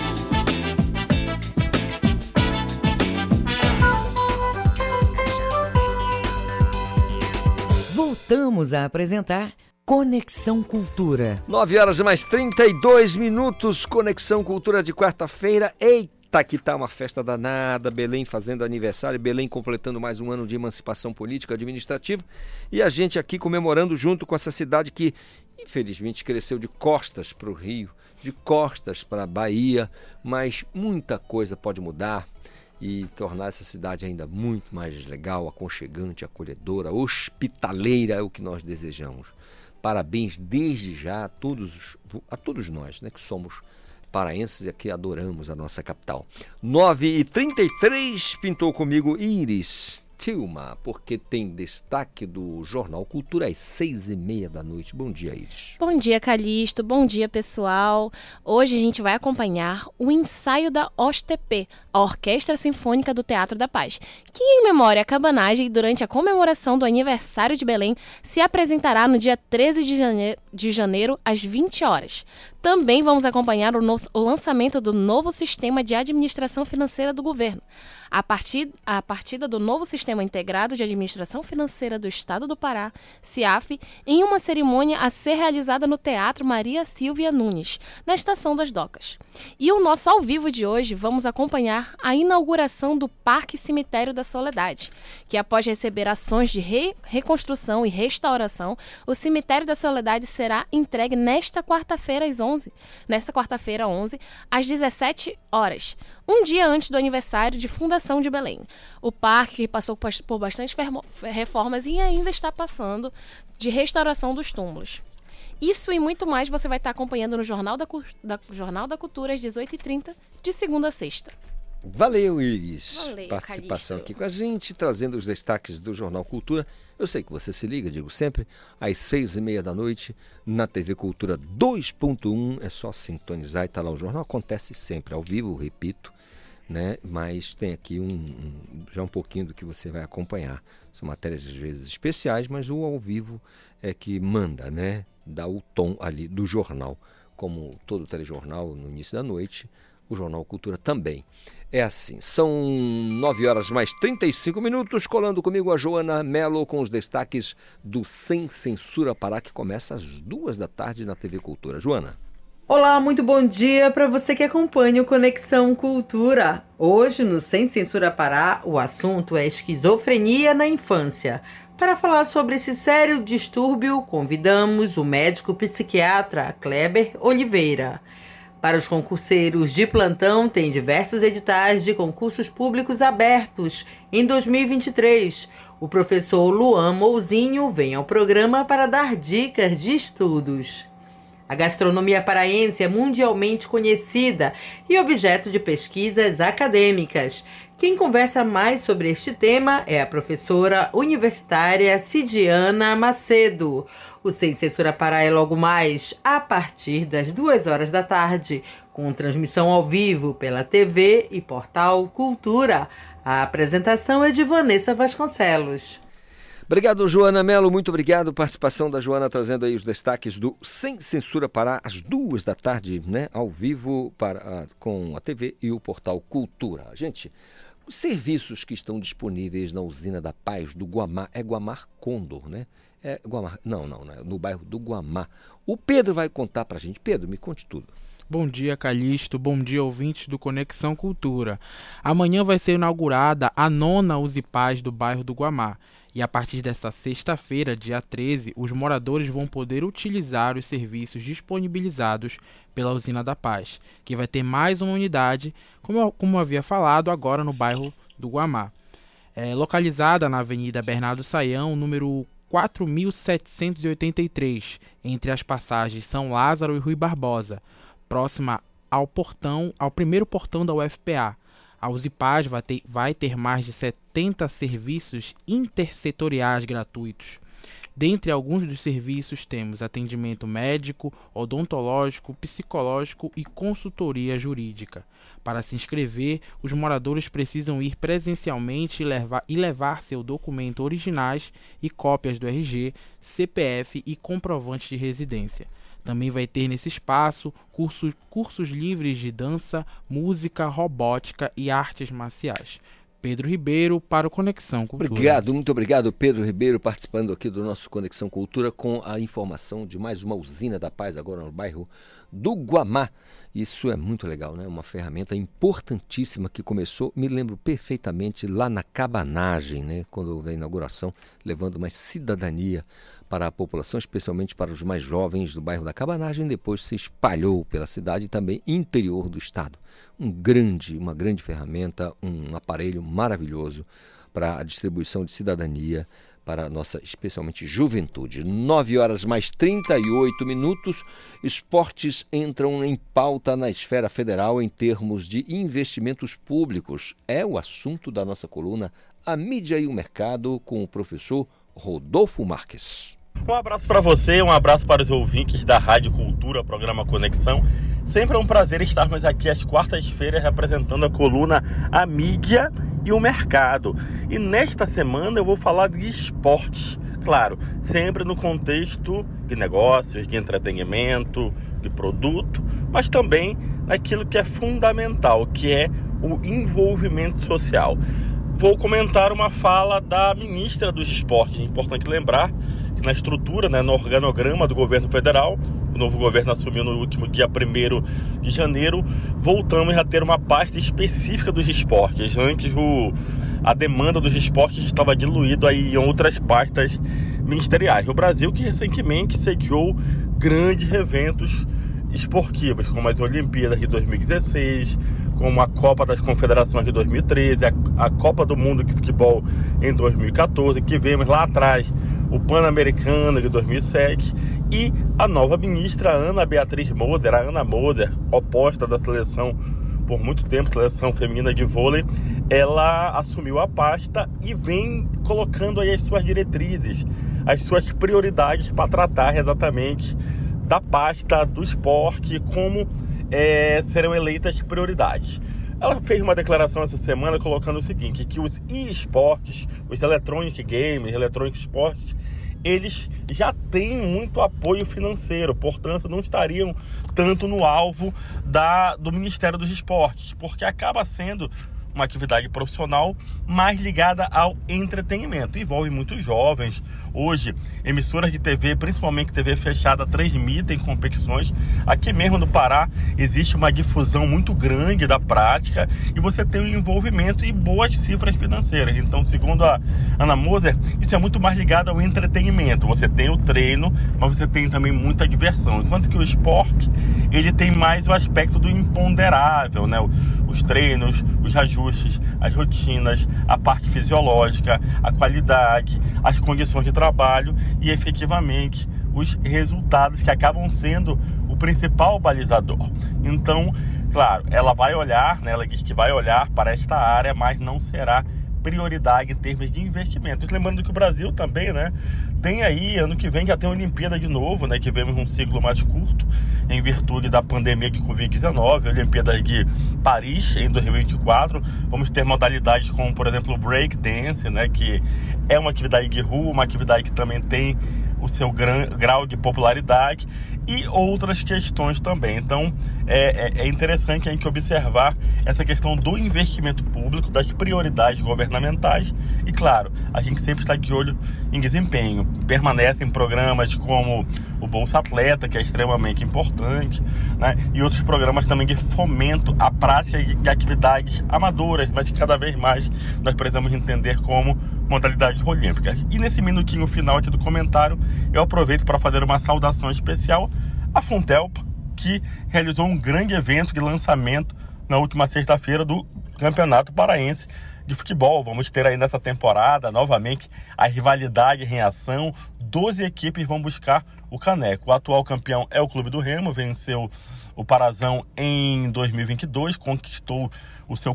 Voltamos a apresentar Conexão Cultura. 9h mais 32 minutos, Conexão Cultura de quarta-feira. Eita, que tá uma festa danada, Belém fazendo aniversário, Belém completando mais um ano de emancipação política administrativa e a gente aqui comemorando junto com essa cidade que infelizmente cresceu de costas para o Rio, de costas para a Bahia, mas muita coisa pode mudar e tornar essa cidade ainda muito mais legal, aconchegante, acolhedora, hospitaleira, é o que nós desejamos. Parabéns desde já a todos nós, né, que somos paraenses e que adoramos a nossa capital. 9h33, pintou comigo Iris Tilma, porque tem destaque do Jornal Cultura às 6h30 da noite. Bom dia, Iris. Bom dia, Calixto. Bom dia, pessoal. Hoje a gente vai acompanhar o ensaio da OSTP, a Orquestra Sinfônica do Teatro da Paz, que em memória à cabanagem, durante a comemoração do aniversário de Belém, se apresentará no dia 13 de janeiro, às 20 horas. Também vamos acompanhar o lançamento do novo Sistema de Administração Financeira do Governo. A partida do novo Sistema Integrado de Administração Financeira do Estado do Pará, CIAF, em uma cerimônia a ser realizada no Teatro Maria Silvia Nunes, na Estação das Docas. E o nosso ao vivo de hoje, vamos acompanhar a inauguração do Parque Cemitério da Soledade, que após receber ações de reconstrução e restauração, o Cemitério da Soledade será entregue nesta quarta-feira às 11, às 17 horas, um dia antes do aniversário de fundação de Belém. O parque, que passou por bastante reformas e ainda está passando de restauração dos túmulos. Isso e muito mais você vai estar acompanhando no Jornal da Cultura às 18h30, de segunda a sexta. Valeu, Iris. Valeu, participação Calixto. aqui com a gente, trazendo os destaques do Jornal Cultura. Eu sei que você se liga, digo sempre, às 6h30 da noite, na TV Cultura 2.1. É só sintonizar e tá lá o jornal. Acontece sempre ao vivo, repito, né? Mas tem aqui já um pouquinho do que você vai acompanhar. São matérias às vezes especiais, mas o ao vivo é que manda, né? Dá o tom ali do jornal. Como todo telejornal no início da noite, o Jornal Cultura também é assim. São 9h mais 35, colando comigo a Joana Mello com os destaques do Sem Censura Pará, que começa às 2h na TV Cultura. Joana. Olá, muito bom dia para você que acompanha o Conexão Cultura. Hoje, no Sem Censura Pará, o assunto é esquizofrenia na infância. Para falar sobre esse sério distúrbio, convidamos o médico psiquiatra Kleber Oliveira. Para os concurseiros de plantão, tem diversos editais de concursos públicos abertos em 2023. O professor Luan Mouzinho vem ao programa para dar dicas de estudos. A gastronomia paraense é mundialmente conhecida e objeto de pesquisas acadêmicas. Quem conversa mais sobre este tema é a professora universitária Cidiana Macedo. O Sem Censura Pará é logo mais a partir das 2h, com transmissão ao vivo pela TV e portal Cultura. A apresentação é de Vanessa Vasconcelos. Obrigado, Joana Mello. Muito obrigado. Participação da Joana trazendo aí os destaques do Sem Censura Pará, às 2h, né? Ao vivo com a TV e o portal Cultura. Gente, os serviços que estão disponíveis na usina da Paz do Guamá, é Guamar Condor, né? É Guamar, não, no bairro do Guamá. O Pedro vai contar pra gente. Pedro, me conte tudo. Bom dia, Calixto. Bom dia, ouvintes do Conexão Cultura. Amanhã vai ser inaugurada a 9ª Usipaz do bairro do Guamá. E a partir desta sexta-feira, dia 13, os moradores vão poder utilizar os serviços disponibilizados pela Usina da Paz, que vai ter mais uma unidade, como eu havia falado, agora no bairro do Guamá. Localizada na Avenida Bernardo Saião, número 4.783, entre as passagens São Lázaro e Rui Barbosa, próxima ao primeiro portão da UFPA. A Usipaz vai ter mais de 70 serviços intersetoriais gratuitos. Dentre alguns dos serviços temos atendimento médico, odontológico, psicológico e consultoria jurídica. Para se inscrever, os moradores precisam ir presencialmente e levar seu documento originais e cópias do RG, CPF e comprovante de residência. Também vai ter nesse espaço cursos livres de dança, música, robótica e artes marciais. Pedro Ribeiro para o Conexão Cultura. Muito obrigado, Pedro Ribeiro, participando aqui do nosso Conexão Cultura com a informação de mais uma usina da Paz agora no bairro do Guamá. Isso é muito legal, né? Uma ferramenta importantíssima que começou, me lembro perfeitamente, lá na Cabanagem, né? Quando houve a inauguração, levando mais cidadania para a população, especialmente para os mais jovens do bairro da Cabanagem, depois se espalhou pela cidade e também interior do estado. Uma grande ferramenta, um aparelho maravilhoso para a distribuição de cidadania para a nossa, especialmente, juventude. 9h mais 38. Esportes entram em pauta na esfera federal em termos de investimentos públicos. É o assunto da nossa coluna A Mídia e o Mercado, com o professor Rodolfo Marques. Um abraço para você, um abraço para os ouvintes da Rádio Cultura, programa Conexão. Sempre é um prazer estarmos aqui às quartas-feiras representando a coluna A Mídia e o Mercado. E nesta semana eu vou falar de esportes, claro, sempre no contexto de negócios, de entretenimento, de produto, mas também naquilo que é fundamental, que é o envolvimento social. Vou comentar uma fala da ministra dos Esportes. É importante lembrar que na estrutura, no organograma do governo federal, o novo governo assumiu no último dia 1º de janeiro, voltamos a ter uma parte específica dos esportes. Antes, a demanda dos esportes estava diluída aí em outras pastas ministeriais. O Brasil que recentemente sediou grandes eventos esportivos, como as Olimpíadas de 2016, como a Copa das Confederações de 2013, a Copa do Mundo de Futebol em 2014, que vemos lá atrás, o Pan-Americano de 2007, e a nova ministra Ana Beatriz Moser, a Ana Moser, oposta da seleção por muito tempo, seleção feminina de vôlei, ela assumiu a pasta e vem colocando aí as suas diretrizes, as suas prioridades para tratar exatamente da pasta do esporte, como serão eleitas prioridades. Ela fez uma declaração essa semana colocando o seguinte, que os e-esportes, os electronic games, electronic esportes, eles já têm muito apoio financeiro, portanto não estariam tanto no alvo do Ministério dos Esportes, porque acaba sendo uma atividade profissional mais ligada ao entretenimento. Envolve muitos jovens. Hoje, emissoras de TV, principalmente TV fechada, transmitem competições. Aqui mesmo no Pará existe uma difusão muito grande da prática e você tem um envolvimento e boas cifras financeiras. Então, segundo a Ana Moser, isso é muito mais ligado ao entretenimento. Você tem o treino, mas você tem também muita diversão. Enquanto que o esporte, ele tem mais o aspecto do imponderável, né? Os treinos, os ajustes, as rotinas, a parte fisiológica, a qualidade, as condições de trabalho e efetivamente os resultados que acabam sendo o principal balizador. Então, claro, ela vai olhar, né, ela diz que vai olhar para esta área, mas não será prioridade em termos de investimentos. Lembrando que o Brasil também, né, tem aí, ano que vem já tem a Olimpíada de novo, né, que vemos um ciclo mais curto, em virtude da pandemia de Covid-19, a Olimpíada de Paris em 2024, vamos ter modalidades como, por exemplo, o break dance, né, que é uma atividade de rua, uma atividade que também tem o seu grau de popularidade e outras questões também. Então, é interessante a gente observar essa questão do investimento público, das prioridades governamentais e, claro, a gente sempre está de olho em desempenho. Permanecem programas como o Bolsa Atleta, que é extremamente importante, né? E outros programas também de fomento à prática de atividades amadoras, mas que cada vez mais nós precisamos entender como modalidades olímpicas. E nesse minutinho final aqui do comentário, eu aproveito para fazer uma saudação especial à Funtelpa, que realizou um grande evento de lançamento na última sexta-feira do Campeonato Paraense de Futebol. Vamos ter aí nessa temporada, novamente, a rivalidade em ação. 12 equipes vão buscar o caneco. O atual campeão é o Clube do Remo, venceu o Parazão em 2022, conquistou o seu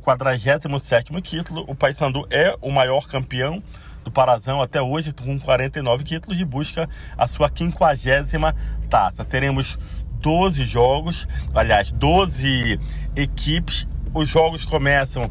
47º título. O Paysandu é o maior campeão do Parazão até hoje, com 49 títulos, e busca a sua 50ª taça. Teremos 12 jogos, aliás, 12 equipes. Os jogos começam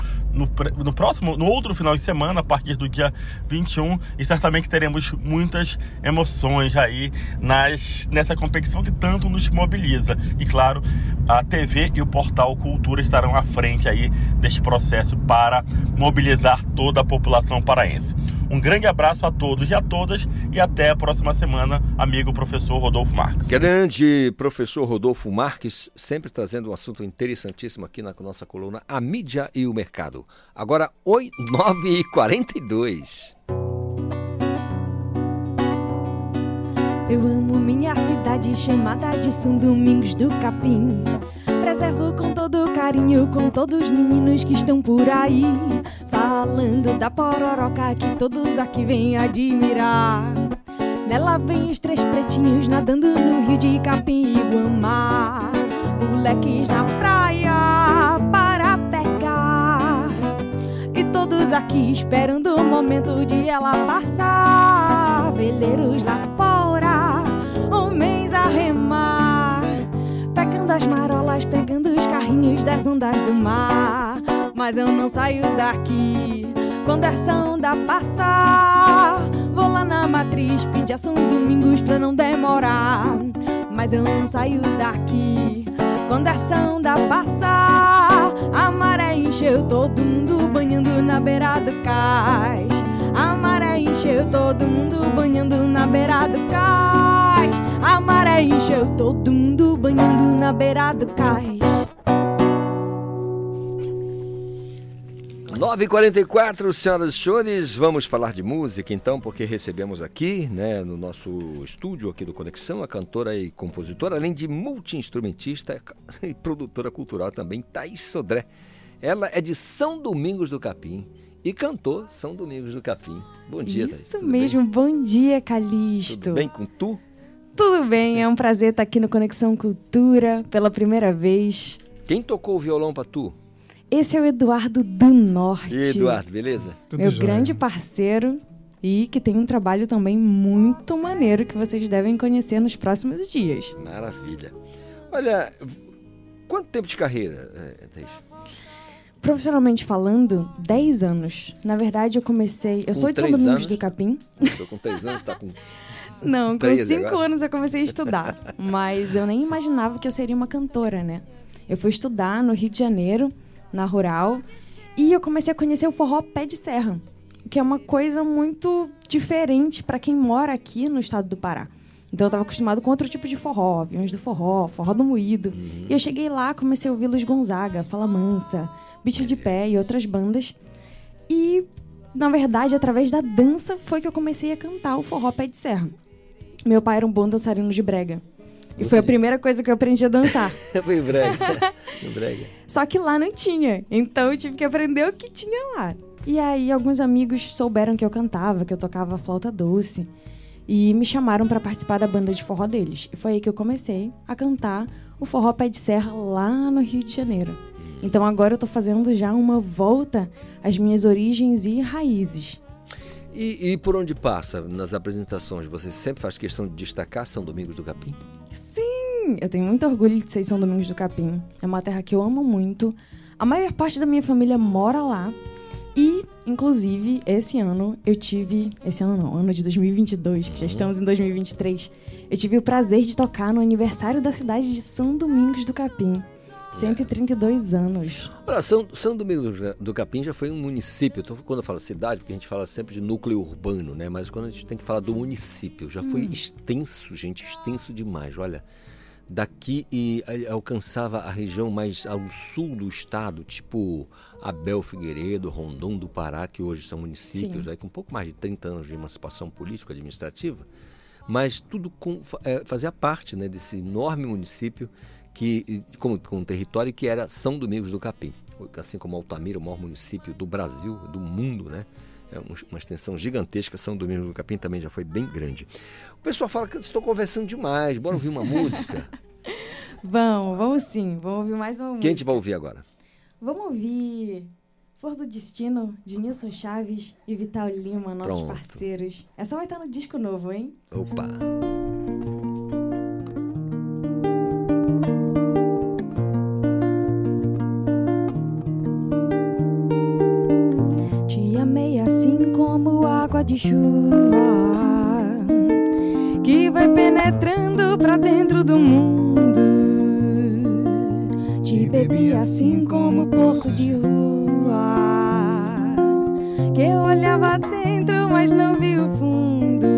no outro final de semana, a partir do dia 21, e certamente teremos muitas emoções aí nessa competição que tanto nos mobiliza. E claro, a TV e o portal Cultura estarão à frente aí deste processo para mobilizar toda a população paraense. Um grande abraço a todos e a todas e até a próxima semana, amigo professor Rodolfo Marques. Grande professor Rodolfo Marques, sempre trazendo um assunto interessantíssimo aqui na nossa coluna A Mídia e o Mercado. Agora, 9h42. Eu amo minha cidade chamada de São Domingos do Capim. Preservo com todo carinho, com todos os meninos que estão por aí, falando da pororoca que todos aqui vêm admirar. Nela vem os 3 pretinhos nadando no rio de Capim e Guamá, moleques na praia para pegar, e todos aqui esperando o momento de ela passar. Veleiros lá fora, homens a remar, pegando as marolas, pegando os carrinhos das ondas do mar. Mas eu não saio daqui quando essa onda passar. Vou lá na matriz pedir a São Domingos pra não demorar. Mas eu não saio daqui quando essa onda passar. A maré encheu, todo mundo banhando na beira do cais. A maré encheu, todo mundo banhando na beira do cais. A maré encheu, todo mundo banhando na beira do cais. 9h44, senhoras e senhores, vamos falar de música então, porque recebemos aqui, né, no nosso estúdio aqui do Conexão, a cantora e compositora, além de multi-instrumentista e produtora cultural também, Thaís Sodré. Ela é de São Domingos do Capim e cantou São Domingos do Capim. Bom dia, Thaís. Isso mesmo, bem? Bom dia, Calixto. Tudo bem com tu? Tudo bem, é um prazer estar aqui no Conexão Cultura pela primeira vez. Quem tocou o violão pra tu? Esse é o Eduardo do Norte. E Eduardo, beleza? Meu grande parceiro e que tem um trabalho também muito maneiro que vocês devem conhecer nos próximos dias. Maravilha. Olha, quanto tempo de carreira, Thaís? Profissionalmente falando, 10 anos. Na verdade, eu sou de São Domingos do Capim. Começou com 3 anos, tá com... Não, com 5 anos eu comecei a estudar. Mas eu nem imaginava que eu seria uma cantora, né? Eu fui estudar no Rio de Janeiro, na Rural, e eu comecei a conhecer o forró pé de serra, que é uma coisa muito diferente para quem mora aqui no estado do Pará. Então eu estava acostumado com outro tipo de forró, aviões do forró, forró do moído. E eu cheguei lá, comecei a ouvir Luiz Gonzaga, Fala Mansa, Bicho de Pé e outras bandas. E, na verdade, através da dança foi que eu comecei a cantar o forró pé de serra. Meu pai era um bom dançarino de brega. E foi a primeira coisa que eu aprendi a dançar. Foi brega. Só que lá não tinha. Então eu tive que aprender o que tinha lá. E aí alguns amigos souberam que eu cantava, que eu tocava flauta doce. E me chamaram para participar da banda de forró deles. E foi aí que eu comecei a cantar o forró pé de serra lá no Rio de Janeiro. Então agora eu tô fazendo já uma volta às minhas origens e raízes. E por onde passa nas apresentações? Você sempre faz questão de destacar São Domingos do Capim? Sim! Eu tenho muito orgulho de ser São Domingos do Capim. É uma terra que eu amo muito. A maior parte da minha família mora lá. E, inclusive, ano de 2022, que já estamos em 2023, eu tive o prazer de tocar no aniversário da cidade de São Domingos do Capim. 132 anos. Olha, São Domingos do Capim já foi um município. Quando eu falo cidade, porque a gente fala sempre de núcleo urbano, né? Mas quando a gente tem que falar do município, já foi extenso, gente, extenso demais. Olha, daqui e alcançava a região mais ao sul do estado, tipo Abel Figueiredo, Rondon do Pará, que hoje são municípios, né, com um pouco mais de 30 anos de emancipação político-administrativa, mas tudo fazia parte, né, desse enorme município com território que era São Domingos do Capim, assim como Altamira, o maior município do Brasil, do mundo, né? É uma extensão gigantesca. São Domingos do Capim também já foi bem grande. O pessoal fala que eu estou conversando demais, bora ouvir uma música? Vamos sim, vamos ouvir mais uma música. Quem a gente vai ouvir agora? Vamos ouvir Flor do Destino, de Nilson Chaves e Vital Lima, nossos parceiros. Essa vai estar no disco novo, hein? Opa! Assim como água de chuva que vai penetrando pra dentro do mundo. Te bebi assim como poço de rua que eu olhava dentro, mas não vi o fundo.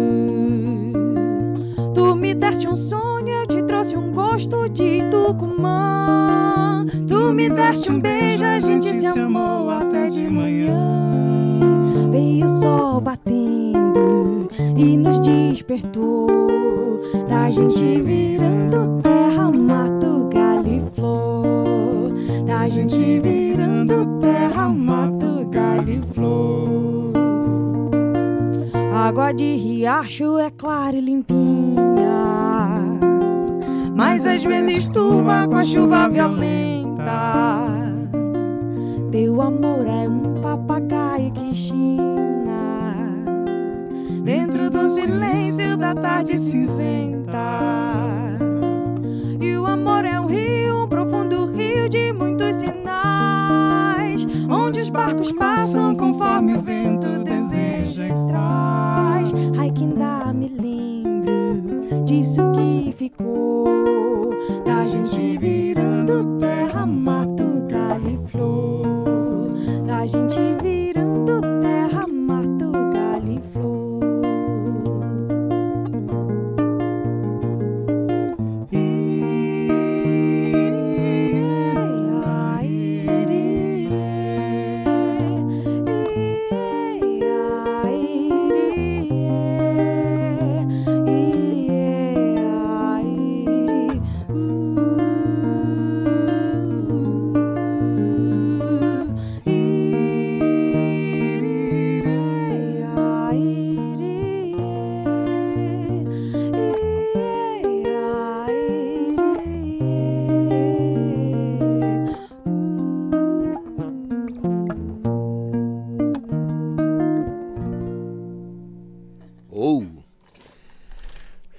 Tu me deste um sonho, eu te trouxe um gosto de Tucumã. Tu me deste um beijo, a gente se amou até de manhã. Veio o sol batendo e nos despertou, da gente virando terra, mato, galho e flor. Da gente virando terra, mato, galho e flor. Água de riacho é clara e limpinha, mas às vezes turva com a chuva violenta. Teu amor é um papagaio que china dentro do silêncio da tarde cinzenta. E o amor é um rio, um profundo rio de muitos sinais, onde os barcos passam conforme o vento deseja e traz. Ai, que ainda me lembro disso que ficou, da gente virando terra, mato, galho e flor. Da gente virando terra, mato, galho e flor.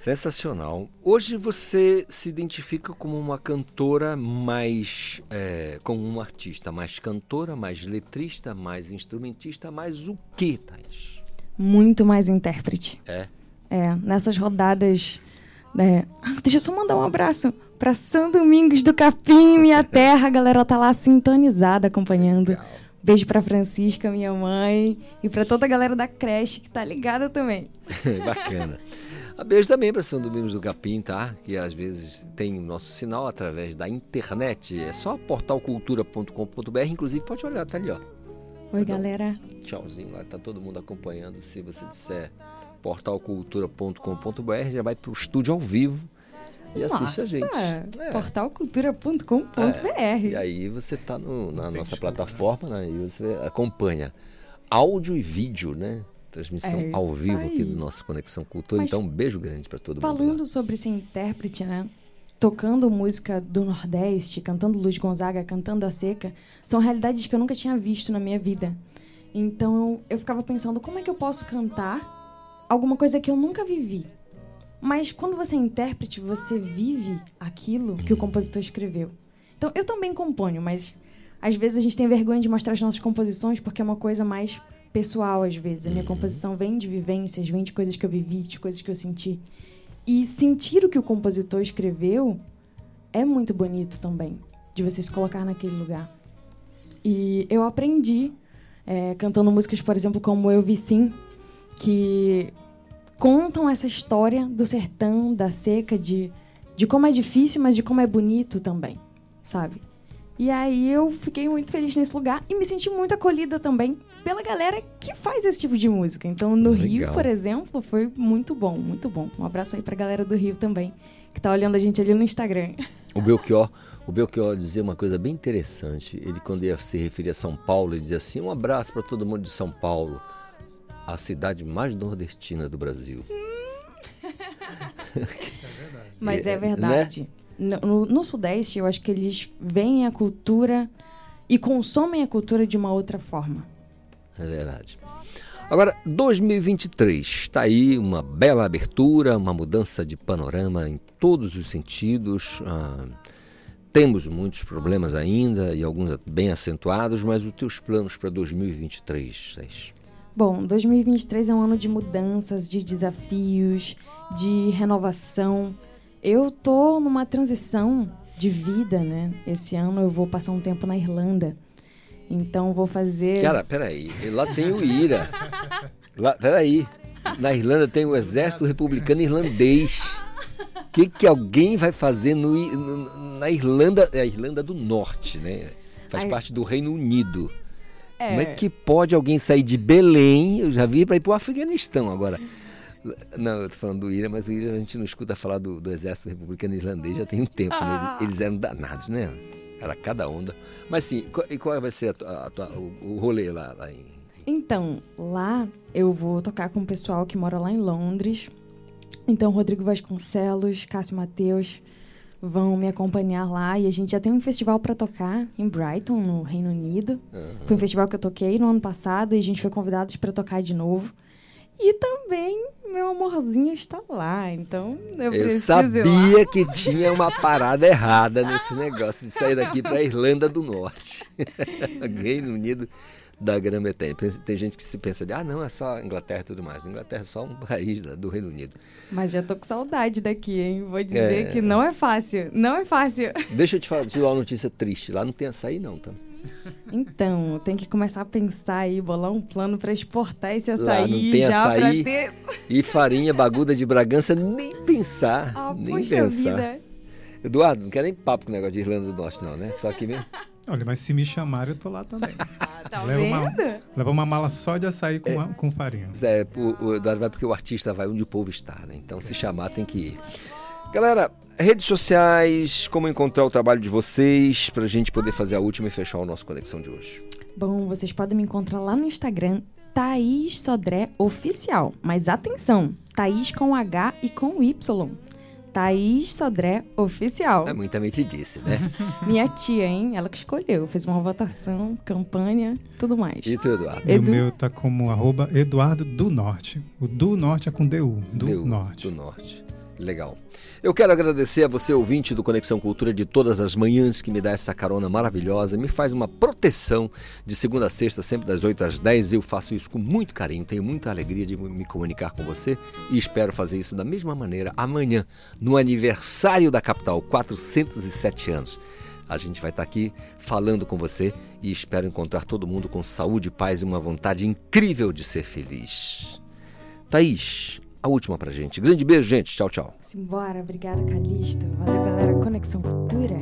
Sensacional. Hoje você se identifica como uma cantora mais... como uma artista mais cantora, mais letrista, mais instrumentista, mais o quê, Thaís? Muito mais intérprete. Nessas rodadas... Deixa eu só mandar um abraço para São Domingos do Capim, minha terra. A galera tá lá sintonizada, acompanhando. Legal. Beijo pra Francisca, minha mãe, e pra toda a galera da creche que tá ligada também. Bacana. Beijo também para São Domingos do Capim, tá? Que às vezes tem o nosso sinal através da internet. É só portalcultura.com.br. Inclusive, pode olhar, tá ali, ó. Oi, galera. Tchauzinho lá, tá todo mundo acompanhando. Se você disser portalcultura.com.br, já vai pro estúdio ao vivo e assiste a gente. Portalcultura.com.br. E aí você tá na nossa plataforma, né? E você acompanha áudio e vídeo, né? Transmissão ao vivo aqui do nosso Conexão Cultura. Então, um beijo grande para todo mundo. Falando sobre ser intérprete, né? Tocando música do Nordeste, cantando Luiz Gonzaga, cantando A Seca, são realidades que eu nunca tinha visto na minha vida. Então, eu ficava pensando, como é que eu posso cantar alguma coisa que eu nunca vivi? Mas quando você é intérprete, você vive aquilo que o compositor escreveu. Então, eu também componho, mas às vezes a gente tem vergonha de mostrar as nossas composições porque é uma coisa mais pessoal, às vezes. A minha composição vem de vivências, vem de coisas que eu vivi, de coisas que eu senti. E sentir o que o compositor escreveu é muito bonito também, de você se colocar naquele lugar. E eu aprendi cantando músicas, por exemplo, como Eu Vi Sim, que contam essa história do sertão, da seca, de como é difícil, mas de como é bonito também, sabe? E aí eu fiquei muito feliz nesse lugar e me senti muito acolhida também pela galera que faz esse tipo de música. Então, no Rio, por exemplo, foi muito bom, muito bom. Um abraço aí pra galera do Rio também, que tá olhando a gente ali no Instagram. O Belchior dizia uma coisa bem interessante. Ele, quando ia se referir a São Paulo, ele dizia assim: um abraço para todo mundo de São Paulo, a cidade mais nordestina do Brasil. Mas é verdade. Né? No Sudeste, eu acho que eles veem a cultura e consomem a cultura de uma outra forma. É verdade. Agora, 2023, está aí uma bela abertura, uma mudança de panorama em todos os sentidos. Temos muitos problemas ainda e alguns bem acentuados, mas os teus planos para 2023, Thaís? Bom, 2023 é um ano de mudanças, de desafios, de renovação. Eu tô numa transição de vida, né? Esse ano eu vou passar um tempo na Irlanda. Então vou fazer... Cara, peraí, lá tem o IRA. Peraí, na Irlanda tem o Exército Republicano Irlandês. O que alguém vai fazer na Irlanda? É a Irlanda do Norte, né? Faz parte do Reino Unido. Como é que pode alguém sair de Belém? Eu já vi para ir para o Afeganistão agora. Não, eu tô falando do IRA, mas o IRA a gente não escuta falar do Exército Republicano Irlandês já tem um tempo, né? Eles eram danados, né? Era cada onda. Mas sim, e qual vai ser o rolê lá em... Então, lá eu vou tocar com o pessoal que mora lá em Londres. Então, Rodrigo Vasconcelos, Cássio Mateus vão me acompanhar lá. E a gente já tem um festival para tocar em Brighton, no Reino Unido. Foi um festival que eu toquei no ano passado e a gente foi convidados para tocar de novo. E também meu amorzinho está lá, então eu preciso sabia ir lá. Que tinha uma parada errada nesse negócio de sair daqui para a Irlanda do Norte. Reino Unido da Grã-Bretanha. Tem gente que se pensa de, não, é só Inglaterra e tudo mais. Inglaterra é só um país do Reino Unido. Mas já tô com saudade daqui, hein? Vou dizer que não é fácil, não é fácil. Deixa eu te falar uma notícia triste. Lá não tem açaí não, tá? Então, tem que começar a pensar aí, bolar um plano para exportar esse açaí. Lá não tem já açaí pra ter... e farinha baguda de Bragança, nem pensar. Nem pensar. Vida. Eduardo, não quero nem papo com o negócio de Irlanda do Norte não, né? Só aqui mesmo. Olha, mas se me chamarem, eu tô lá também. Tá vendo? Leva uma mala só de açaí com farinha. O Eduardo vai porque o artista vai onde o povo está, né? Então, se chamar, tem que ir. Galera, redes sociais, como encontrar o trabalho de vocês pra gente poder fazer a última e fechar o nosso Conexão de hoje. Bom, vocês podem me encontrar lá no Instagram, Thaís Sodré Oficial. Mas atenção, Thaís com H e com Y. Thaís Sodré Oficial. É muita metidice, né? Minha tia, hein? Ela que escolheu. Fez uma votação, campanha, tudo mais. E tu, Eduardo? E o meu tá como @Eduardo do Norte. O do Norte é com DU. Do Norte. Do Norte. Legal. Eu quero agradecer a você, ouvinte do Conexão Cultura de todas as manhãs, que me dá essa carona maravilhosa, me faz uma proteção de segunda a sexta, sempre das 8 às 10. Eu faço isso com muito carinho, tenho muita alegria de me comunicar com você e espero fazer isso da mesma maneira amanhã, no aniversário da capital, 407 anos. A gente vai estar aqui falando com você e espero encontrar todo mundo com saúde, paz e uma vontade incrível de ser feliz. Thaís, a última pra gente. Grande beijo, gente. Tchau, tchau. Simbora, obrigada, Calixto. Valeu, galera. Conexão Cultura.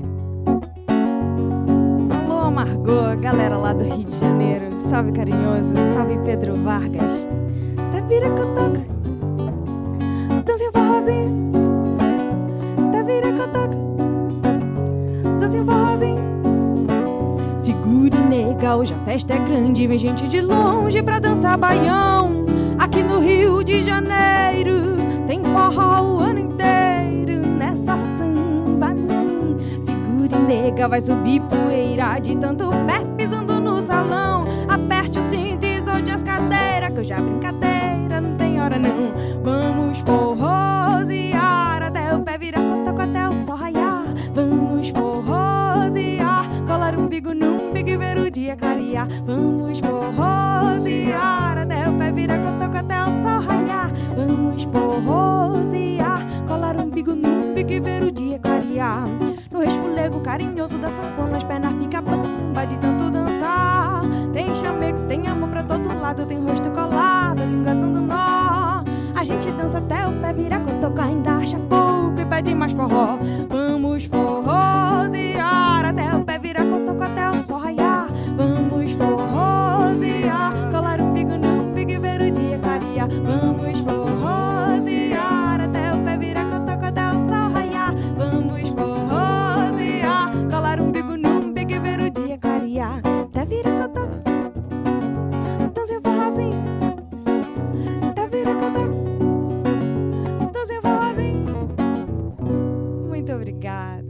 Alô, Margot, galera lá do Rio de Janeiro. Salve, carinhoso. Salve, Pedro Vargas. Tabiracotoca. Dança em forrozinho. Tabiracotoca. Dança em forrozinho. Segure, nega, hoje a festa é grande. Vem gente de longe pra dançar baião. Aqui no Rio de Janeiro tem forró o ano inteiro. Nessa samba não. Segure, nega, vai subir poeira de tanto pé pisando no salão. Aperte o cinto e solte as cadeiras, que hoje a brincadeira não tem hora não. Vamos forrosear até o pé virar cotoco, até o sol raiar. Vamos forrosear, colar um bico num bico e ver o dia clarear. Vamos forrosear até o pé virar cotoco, até o sol raiar. Vamos forrosear, colar um bico num bico e ver o dia clarear. No resfolego carinhoso da sanfona, as pernas ficam bamba de tanto dançar. Tem chamego, tem amor pra todo lado, tem rosto colado, língua dando nó. A gente dança até o pé virar cotoco, ainda acha pouco e pede mais forró. Vamos forrosear até o pé virar cotoco, até o sol raiar. Vamos forrosear, colar um bico num bico e ver o dia clarear. Vamos forrosear até o pé virar cotoco, até o sol raiar. Vamos forrosear, colar um bico num bico e ver o dia clarear. Até virar cotoco, dança em forrozinho. Até virar cotoco, dança em forrozinho. Muito obrigada.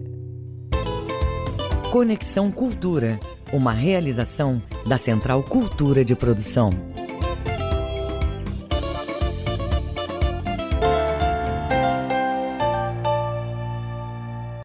Conexão Cultura, uma realização da Central Cultura de Produção.